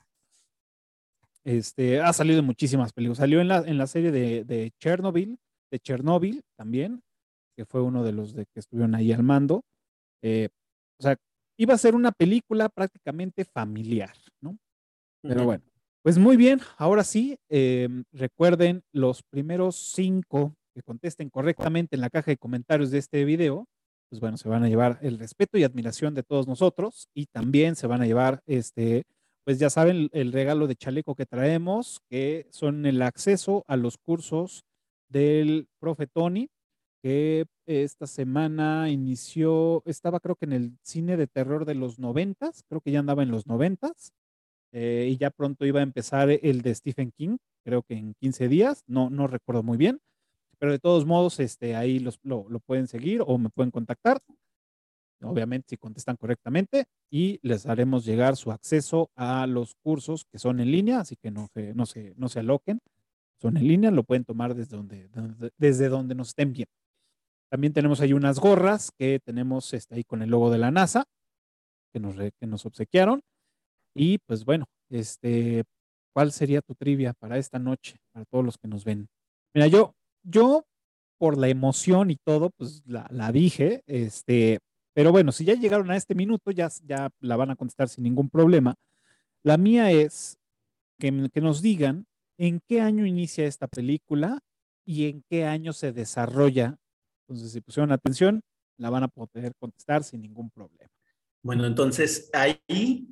Ha salido en muchísimas películas, salió en la serie de Chernobyl también, que fue uno de los que estuvieron ahí al mando. Eh, o sea, iba a ser una película prácticamente familiar, ¿no? Pero Ujú. bueno, pues muy bien, ahora sí, recuerden los primeros 5 que contesten correctamente en la caja de comentarios de este video, pues bueno, se van a llevar el respeto y admiración de todos nosotros y también se van a llevar, pues ya saben, el regalo de chaleco que traemos, que son el acceso a los cursos del profe Tony, que esta semana estaba creo que en el cine de terror de los noventas, creo que ya andaba en los noventas, y ya pronto iba a empezar el de Stephen King, creo que en 15 días, no recuerdo muy bien, pero de todos modos, ahí lo pueden seguir o me pueden contactar, obviamente si contestan correctamente, y les haremos llegar su acceso a los cursos que son en línea, así que no se aloquen, son en línea, lo pueden tomar desde donde nos estén viendo. También tenemos ahí unas gorras que tenemos ahí con el logo de la NASA, que nos obsequiaron. Y pues bueno, ¿cuál sería tu trivia para esta noche, para todos los que nos ven? Mira, yo yo, por la emoción y todo, pues la dije, pero bueno, si ya llegaron a este minuto, ya la van a contestar sin ningún problema. La mía es que nos digan en qué año inicia esta película y en qué año se desarrolla. Entonces, si pusieron atención, la van a poder contestar sin ningún problema. Bueno, entonces ahí,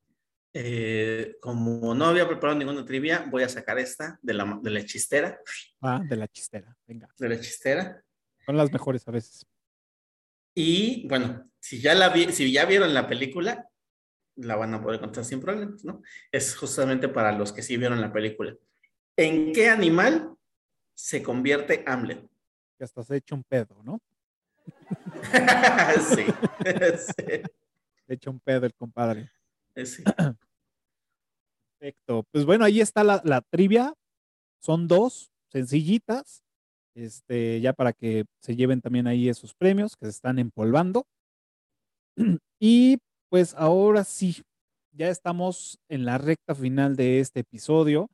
como no había preparado ninguna trivia, voy a sacar esta de la chistera. Ah, de la chistera, venga. De la chistera. Son las mejores a veces. Y bueno, si ya vieron la película, la van a poder contar sin problemas, ¿no? Es justamente para los que sí vieron la película. ¿En qué animal se convierte Hamlet? Que hasta se echa un pedo, ¿no? Sí, sí, Se echa un pedo el compadre. sí. Perfecto. Pues bueno, ahí está la trivia. Son dos sencillitas. Ya para que se lleven también ahí esos premios que se están empolvando. Y pues ahora sí, ya estamos en la recta final de este episodio.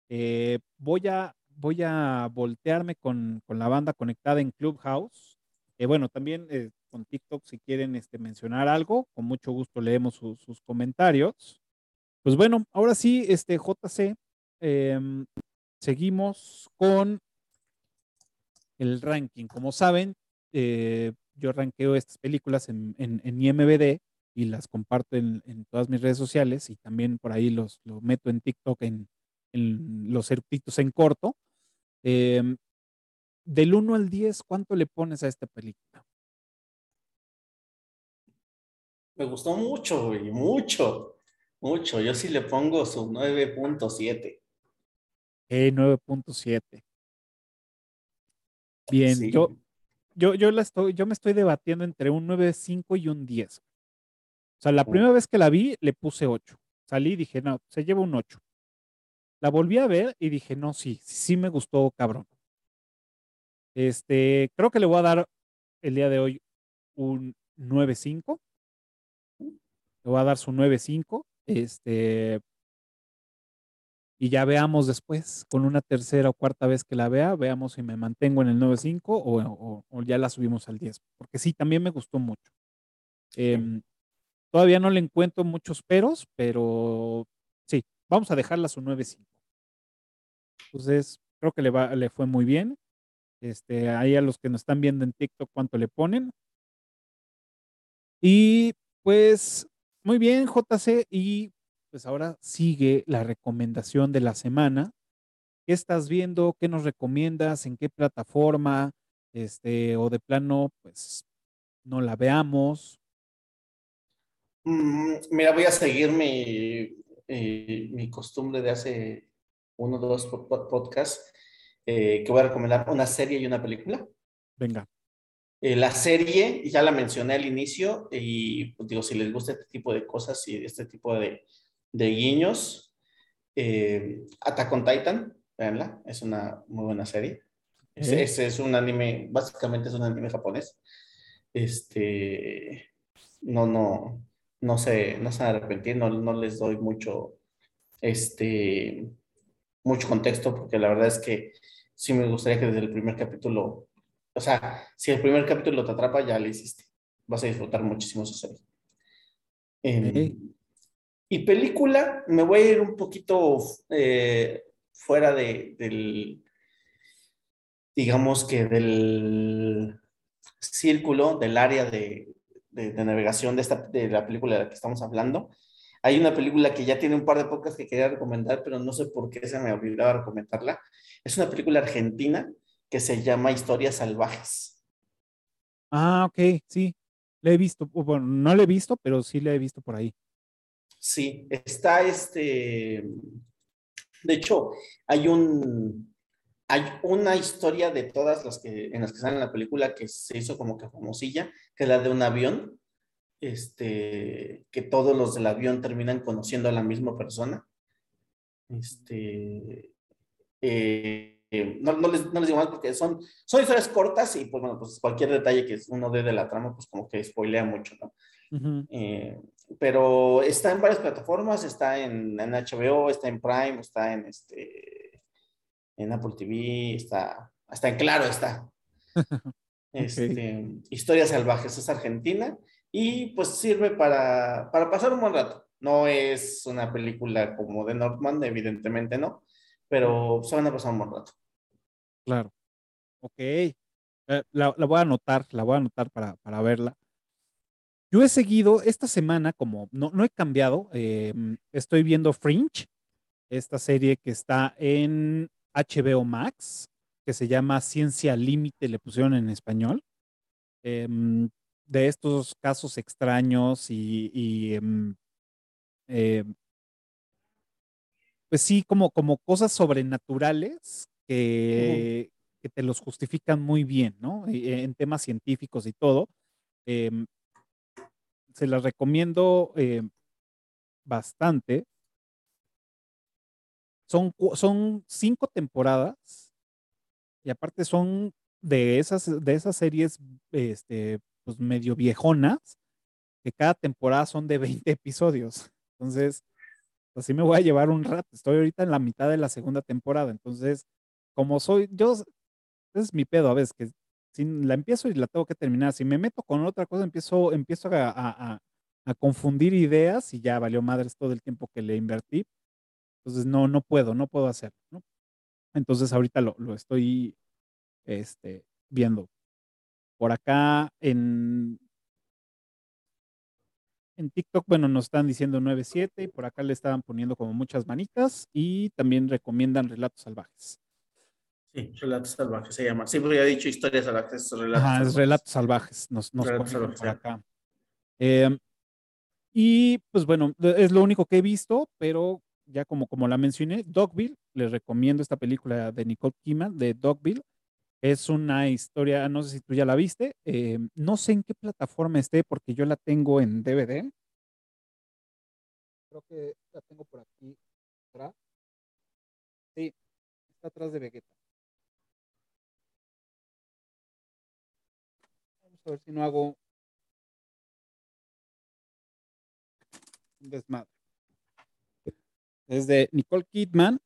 Voy a voltearme con la banda conectada en Clubhouse. Bueno, también con TikTok, si quieren mencionar algo, con mucho gusto leemos sus comentarios. Pues bueno, ahora sí, JC, em, seguimos con el ranking. Como saben, yo ranqueo estas películas en IMBD y las comparto en todas mis redes sociales y también por ahí lo meto en TikTok en los circuitos en corto. Em, del 1 al 10, ¿cuánto le pones a esta película? Me gustó mucho, güey, mucho, mucho. Yo sí le pongo su 9.7. 9.7. Bien, yo, Sí. yo, yo, yo me estoy debatiendo entre un 9.5 y un 10. O sea, la primera vez que la vi le puse 8. Salí y dije, no, se lleva un 8. La volví a ver y dije, no, sí me gustó, cabrón. Creo que le voy a dar el día de hoy un 9.5. Le voy a dar su 9.5. Y ya veamos después, con una tercera o cuarta vez que la vea, veamos si me mantengo en el 9.5 o ya la subimos al 10. Porque sí, también me gustó mucho. Em, Todavía no le encuentro muchos peros, pero sí, vamos a dejarla a su 9.5. Entonces, creo que le fue muy bien. Ahí a los que nos están viendo en TikTok, ¿cuánto le ponen? Y pues, muy bien, JC. Y pues ahora sigue la recomendación de la semana. ¿Qué estás viendo? ¿Qué nos recomiendas? ¿En qué plataforma? O de plano, pues no la veamos. Mira, voy a seguir mi costumbre de hace uno o dos podcasts, que voy a recomendar una serie y una película. Venga. La serie, ya la mencioné al inicio, y pues, digo, si les gusta este tipo de cosas y este tipo de guiños, Attack on Titan, véanla, es una muy buena serie. ¿Eh? Ese es un anime, básicamente es un anime japonés. Este, no, no, no se van a arrepentir, no les doy este, mucho contexto, porque la verdad es que sí me gustaría que desde el primer capítulo, o sea, si el primer capítulo te atrapa, ya le hiciste. Vas a disfrutar muchísimo esa serie. ¿Eh? Y película, me voy a ir un poquito fuera digamos que del círculo, del área de navegación de la película de la que estamos hablando. Hay una película que ya tiene un par de podcasts que quería recomendar, pero no sé por qué se me olvidaba recomendarla. Es una película argentina que se llama Historias Salvajes. Ah, ok, sí. La he visto. Bueno, no la he visto, pero sí la he visto por ahí. Sí, está de hecho, hay una historia de todas en las que salen en la película que se hizo como que famosilla, que es la de un avión, que todos los del avión terminan conociendo a la misma persona. No les digo más porque son historias cortas y pues bueno, pues cualquier detalle que uno dé de la trama, pues como que spoilea mucho, ¿no? Ujú. Eh, pero está en varias plataformas, está en HBO, está en Prime, está en Apple TV, está hasta en Claro está. Ok, Historias Salvajes es argentina y pues sirve para pasar un buen rato. No es una película como de Northman, evidentemente no, pero se van a pasar un buen rato. claro. Ok. La voy a anotar, la voy a anotar para verla. Yo he seguido esta semana, como no he cambiado, estoy viendo Fringe, esta serie que está en HBO Max, que se llama Ciencia Límite, le pusieron en español, em, de estos casos extraños eh, pues sí, como cosas sobrenaturales Ujú. que te los justifican muy bien, ¿no? En temas científicos y todo. Em, Se las recomiendo bastante. Son 5 temporadas y aparte son de esas series, pues medio viejonas, que cada temporada son de 20 episodios. Entonces, así me voy a llevar un rato. Estoy ahorita en la mitad de la segunda temporada. Entonces, como soy, ese es mi pedo a veces, que si la empiezo y la tengo que terminar. Si me meto con otra cosa, empiezo a confundir ideas y ya valió madres todo el tiempo que le invertí. Entonces, no puedo hacerlo, ¿no? Entonces, ahorita lo estoy viendo. Por acá en TikTok, bueno, nos están diciendo 9-7 y por acá le estaban poniendo como muchas manitas y también recomiendan Relatos Salvajes. Sí, Relatos Salvajes se llama. Sí, porque ya he dicho Historias Salvajes, Relatos Ajá, es Salvajes. Relatos Salvajes, nos Relatos corrigen Salvajes por se llama. acá. Eh, y pues bueno, es lo único que he visto, pero ya como la mencioné, Dogville, les recomiendo esta película de Nicole Kidman, de Dogville. Es una historia, no sé si tú ya la viste, no sé en qué plataforma esté porque yo la tengo en DVD. Creo que la tengo por aquí atrás. Sí, está atrás de Vegeta. Vamos a ver si no hago un desmadre. Es de Nicole Kidman.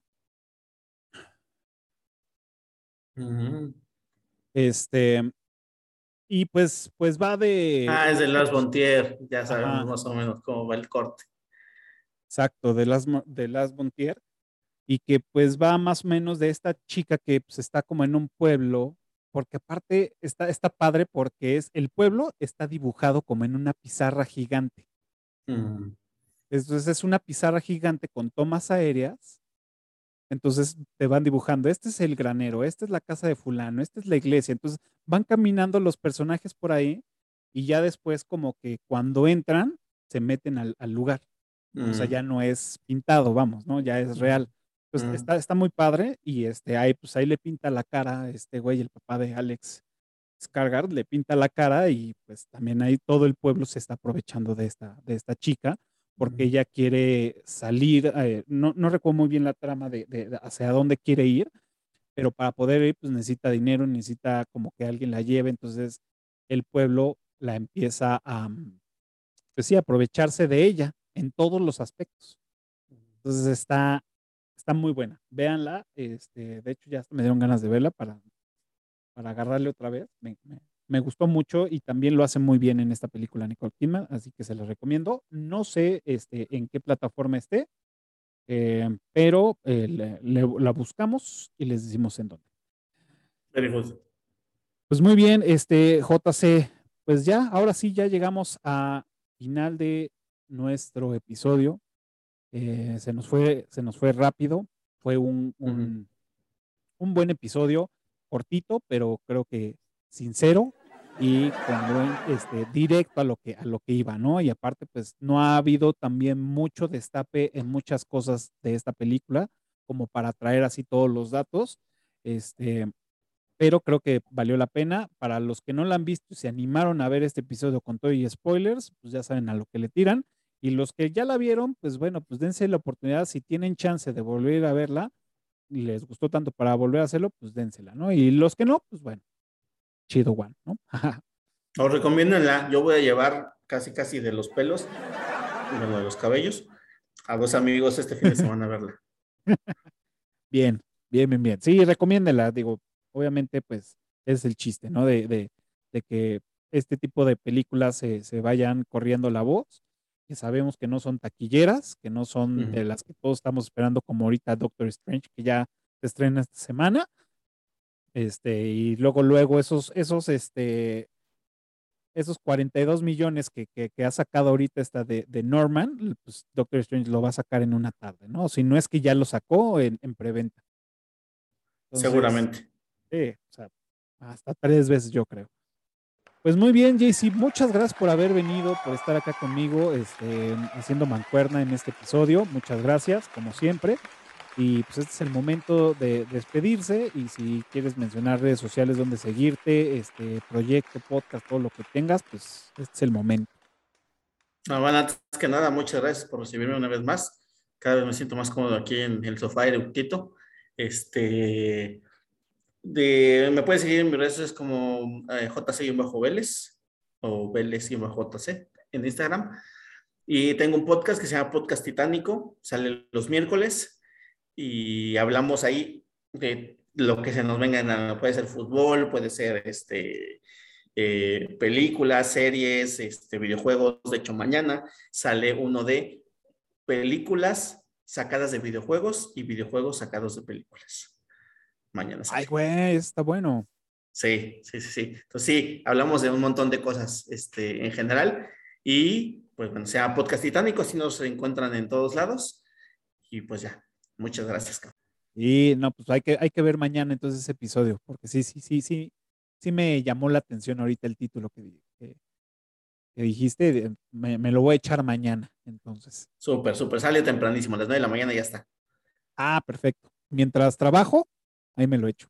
Ujú. Este, y pues va Ah, es de de Lars von Trier, ya sabemos ajá, más o menos cómo va el corte. exacto, de las Bontier, y que pues va más o menos de esta chica que pues está como en un pueblo, porque aparte está padre porque el pueblo está dibujado como en una pizarra gigante. Mm. Entonces es una pizarra gigante con tomas aéreas. Entonces te van dibujando, este es el granero, esta es la casa de fulano, esta es la iglesia. Entonces van caminando los personajes por ahí y ya después como que cuando entran se meten al lugar. O sea, Mm. ya no es pintado, vamos, ¿no? Ya es Mm. real. Entonces Mm. está muy padre y ahí le pinta la cara este güey, el papá de Alex Skarsgård, le pinta la cara y pues también ahí todo el pueblo se está aprovechando de esta chica porque Mm. ella quiere salir, no recuerdo muy bien la trama de hacia dónde quiere ir, pero para poder ir pues necesita dinero, necesita como que alguien la lleve, entonces el pueblo la empieza pues sí, aprovecharse de ella en todos los aspectos. Entonces está muy buena. Véanla. De hecho, ya hasta me dieron ganas de verla para agarrarle otra vez. Me gustó mucho y también lo hace muy bien en esta película Nicole Kidman, así que se la recomiendo. No sé en qué plataforma esté, pero la buscamos y les decimos en dónde. Very good. Pues muy bien, JC, pues ya, ahora sí, ya llegamos a final de nuestro episodio. Se nos fue rápido. Fue un, Ujú. un, un buen episodio, cortito, pero creo que sincero y congruente, directo a lo que iba, ¿no? Y aparte, pues no ha habido también mucho destape en muchas cosas de esta película, como para traer así todos los datos. Este, pero creo que valió la pena. Para los que no la han visto y se animaron a ver este episodio con todo y spoilers, pues ya saben a lo que le tiran. Y los que ya la vieron, pues bueno, pues dense la oportunidad, si tienen chance de volver a verla y les gustó tanto para volver a hacerlo, pues dénsela, ¿no? Y los que no, pues bueno, chido one, ¿no? Os recomiendo yo voy a llevar casi casi de los pelos, bueno, de los cabellos, a dos amigos este fin de semana a verla. Bien, bien, bien, bien. Sí, recomiéndela, digo, obviamente, pues es el chiste, ¿no? De que este tipo de películas se vayan corriendo la voz, que sabemos que no son taquilleras, que no son de las que todos estamos esperando, como ahorita Doctor Strange, que ya se estrena esta semana. Y luego esos 42 millones que ha sacado ahorita esta de Norman, pues Doctor Strange lo va a sacar en una tarde, ¿no? Si no es que ya lo sacó en preventa. Entonces, Seguramente. o sea, hasta 3 veces yo creo. Pues muy bien, JC, muchas gracias por haber venido, por estar acá conmigo, haciendo mancuerna en este episodio. Muchas gracias, como siempre. Y pues este es el momento de despedirse. Y si quieres mencionar redes sociales donde seguirte, proyecto, podcast, todo lo que tengas, pues este es el momento. No, bueno, antes que nada, muchas gracias por recibirme una vez más. Cada vez me siento más cómodo aquí en el sofá eructito. Me puedes seguir en mis redes sociales como JC-Vélez o Vélez-JC en Instagram. Y tengo un podcast que se llama Podcast Titánico, sale los miércoles y hablamos ahí de lo que se nos venga en la mano. Puede ser fútbol, puede ser películas, series, videojuegos. De hecho, mañana sale uno de películas sacadas de videojuegos y videojuegos sacados de películas. Mañana sale. Ay, güey, está bueno. Sí. Entonces sí, hablamos de un montón de cosas en general y pues bueno, sea Podcast Titánico, así nos encuentran en todos lados y pues ya, muchas gracias. Y no, pues hay que ver mañana entonces ese episodio, porque sí me llamó la atención ahorita el título que dijiste, me lo voy a echar mañana, entonces. Súper, sale tempranísimo, a las 9 de la mañana ya está. Ah, perfecto. Mientras trabajo, ahí me lo echo.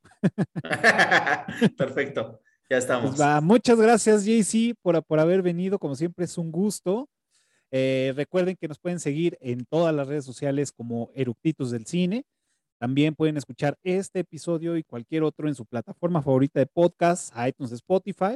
Perfecto, ya Pues estamos. va, muchas gracias, JC, por haber venido. Como siempre, es un gusto. Recuerden que nos pueden seguir en todas las redes sociales como Eructitos del Cine. También pueden escuchar este episodio y cualquier otro en su plataforma favorita de podcast, iTunes, Spotify.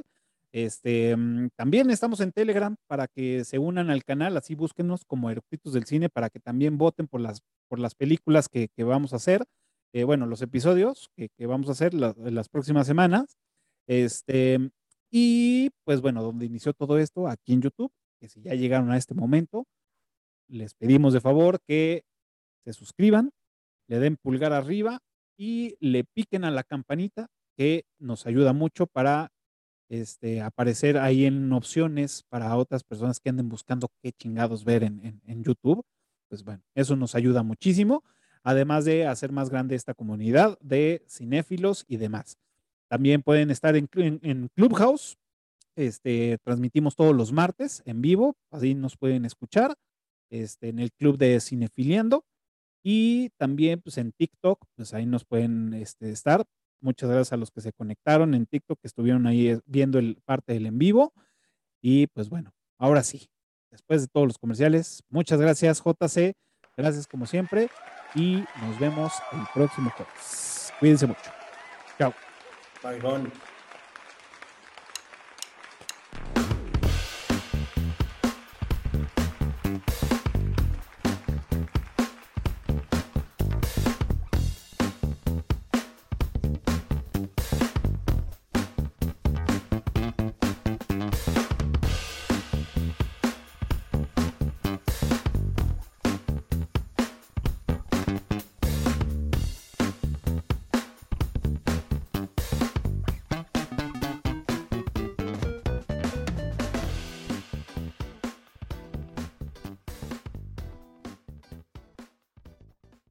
También estamos en Telegram para que se unan al canal, así búsquenos como Eructitos del Cine para que también voten por las películas que vamos a hacer, bueno, los episodios que vamos a hacer las próximas semanas. Este, y pues bueno, donde inició todo esto, aquí en YouTube, que si ya llegaron a este momento, les pedimos de favor que se suscriban, le den pulgar arriba y le piquen a la campanita, que nos ayuda mucho para aparecer ahí en opciones para otras personas que anden buscando qué chingados ver en YouTube. Pues bueno, eso nos ayuda muchísimo, además de hacer más grande esta comunidad de cinéfilos y demás. También pueden estar en Clubhouse. Transmitimos todos los martes en vivo, así nos pueden escuchar, en el club de Cinefiliando. Y también pues en TikTok, pues ahí nos pueden estar. Muchas gracias a los que se conectaron en TikTok, que estuvieron ahí viendo parte del en vivo. Y pues bueno, ahora sí, después de todos los comerciales, muchas gracias JC, gracias como siempre y nos vemos el próximo jueves. Cuídense mucho. Chao. Bye, bye.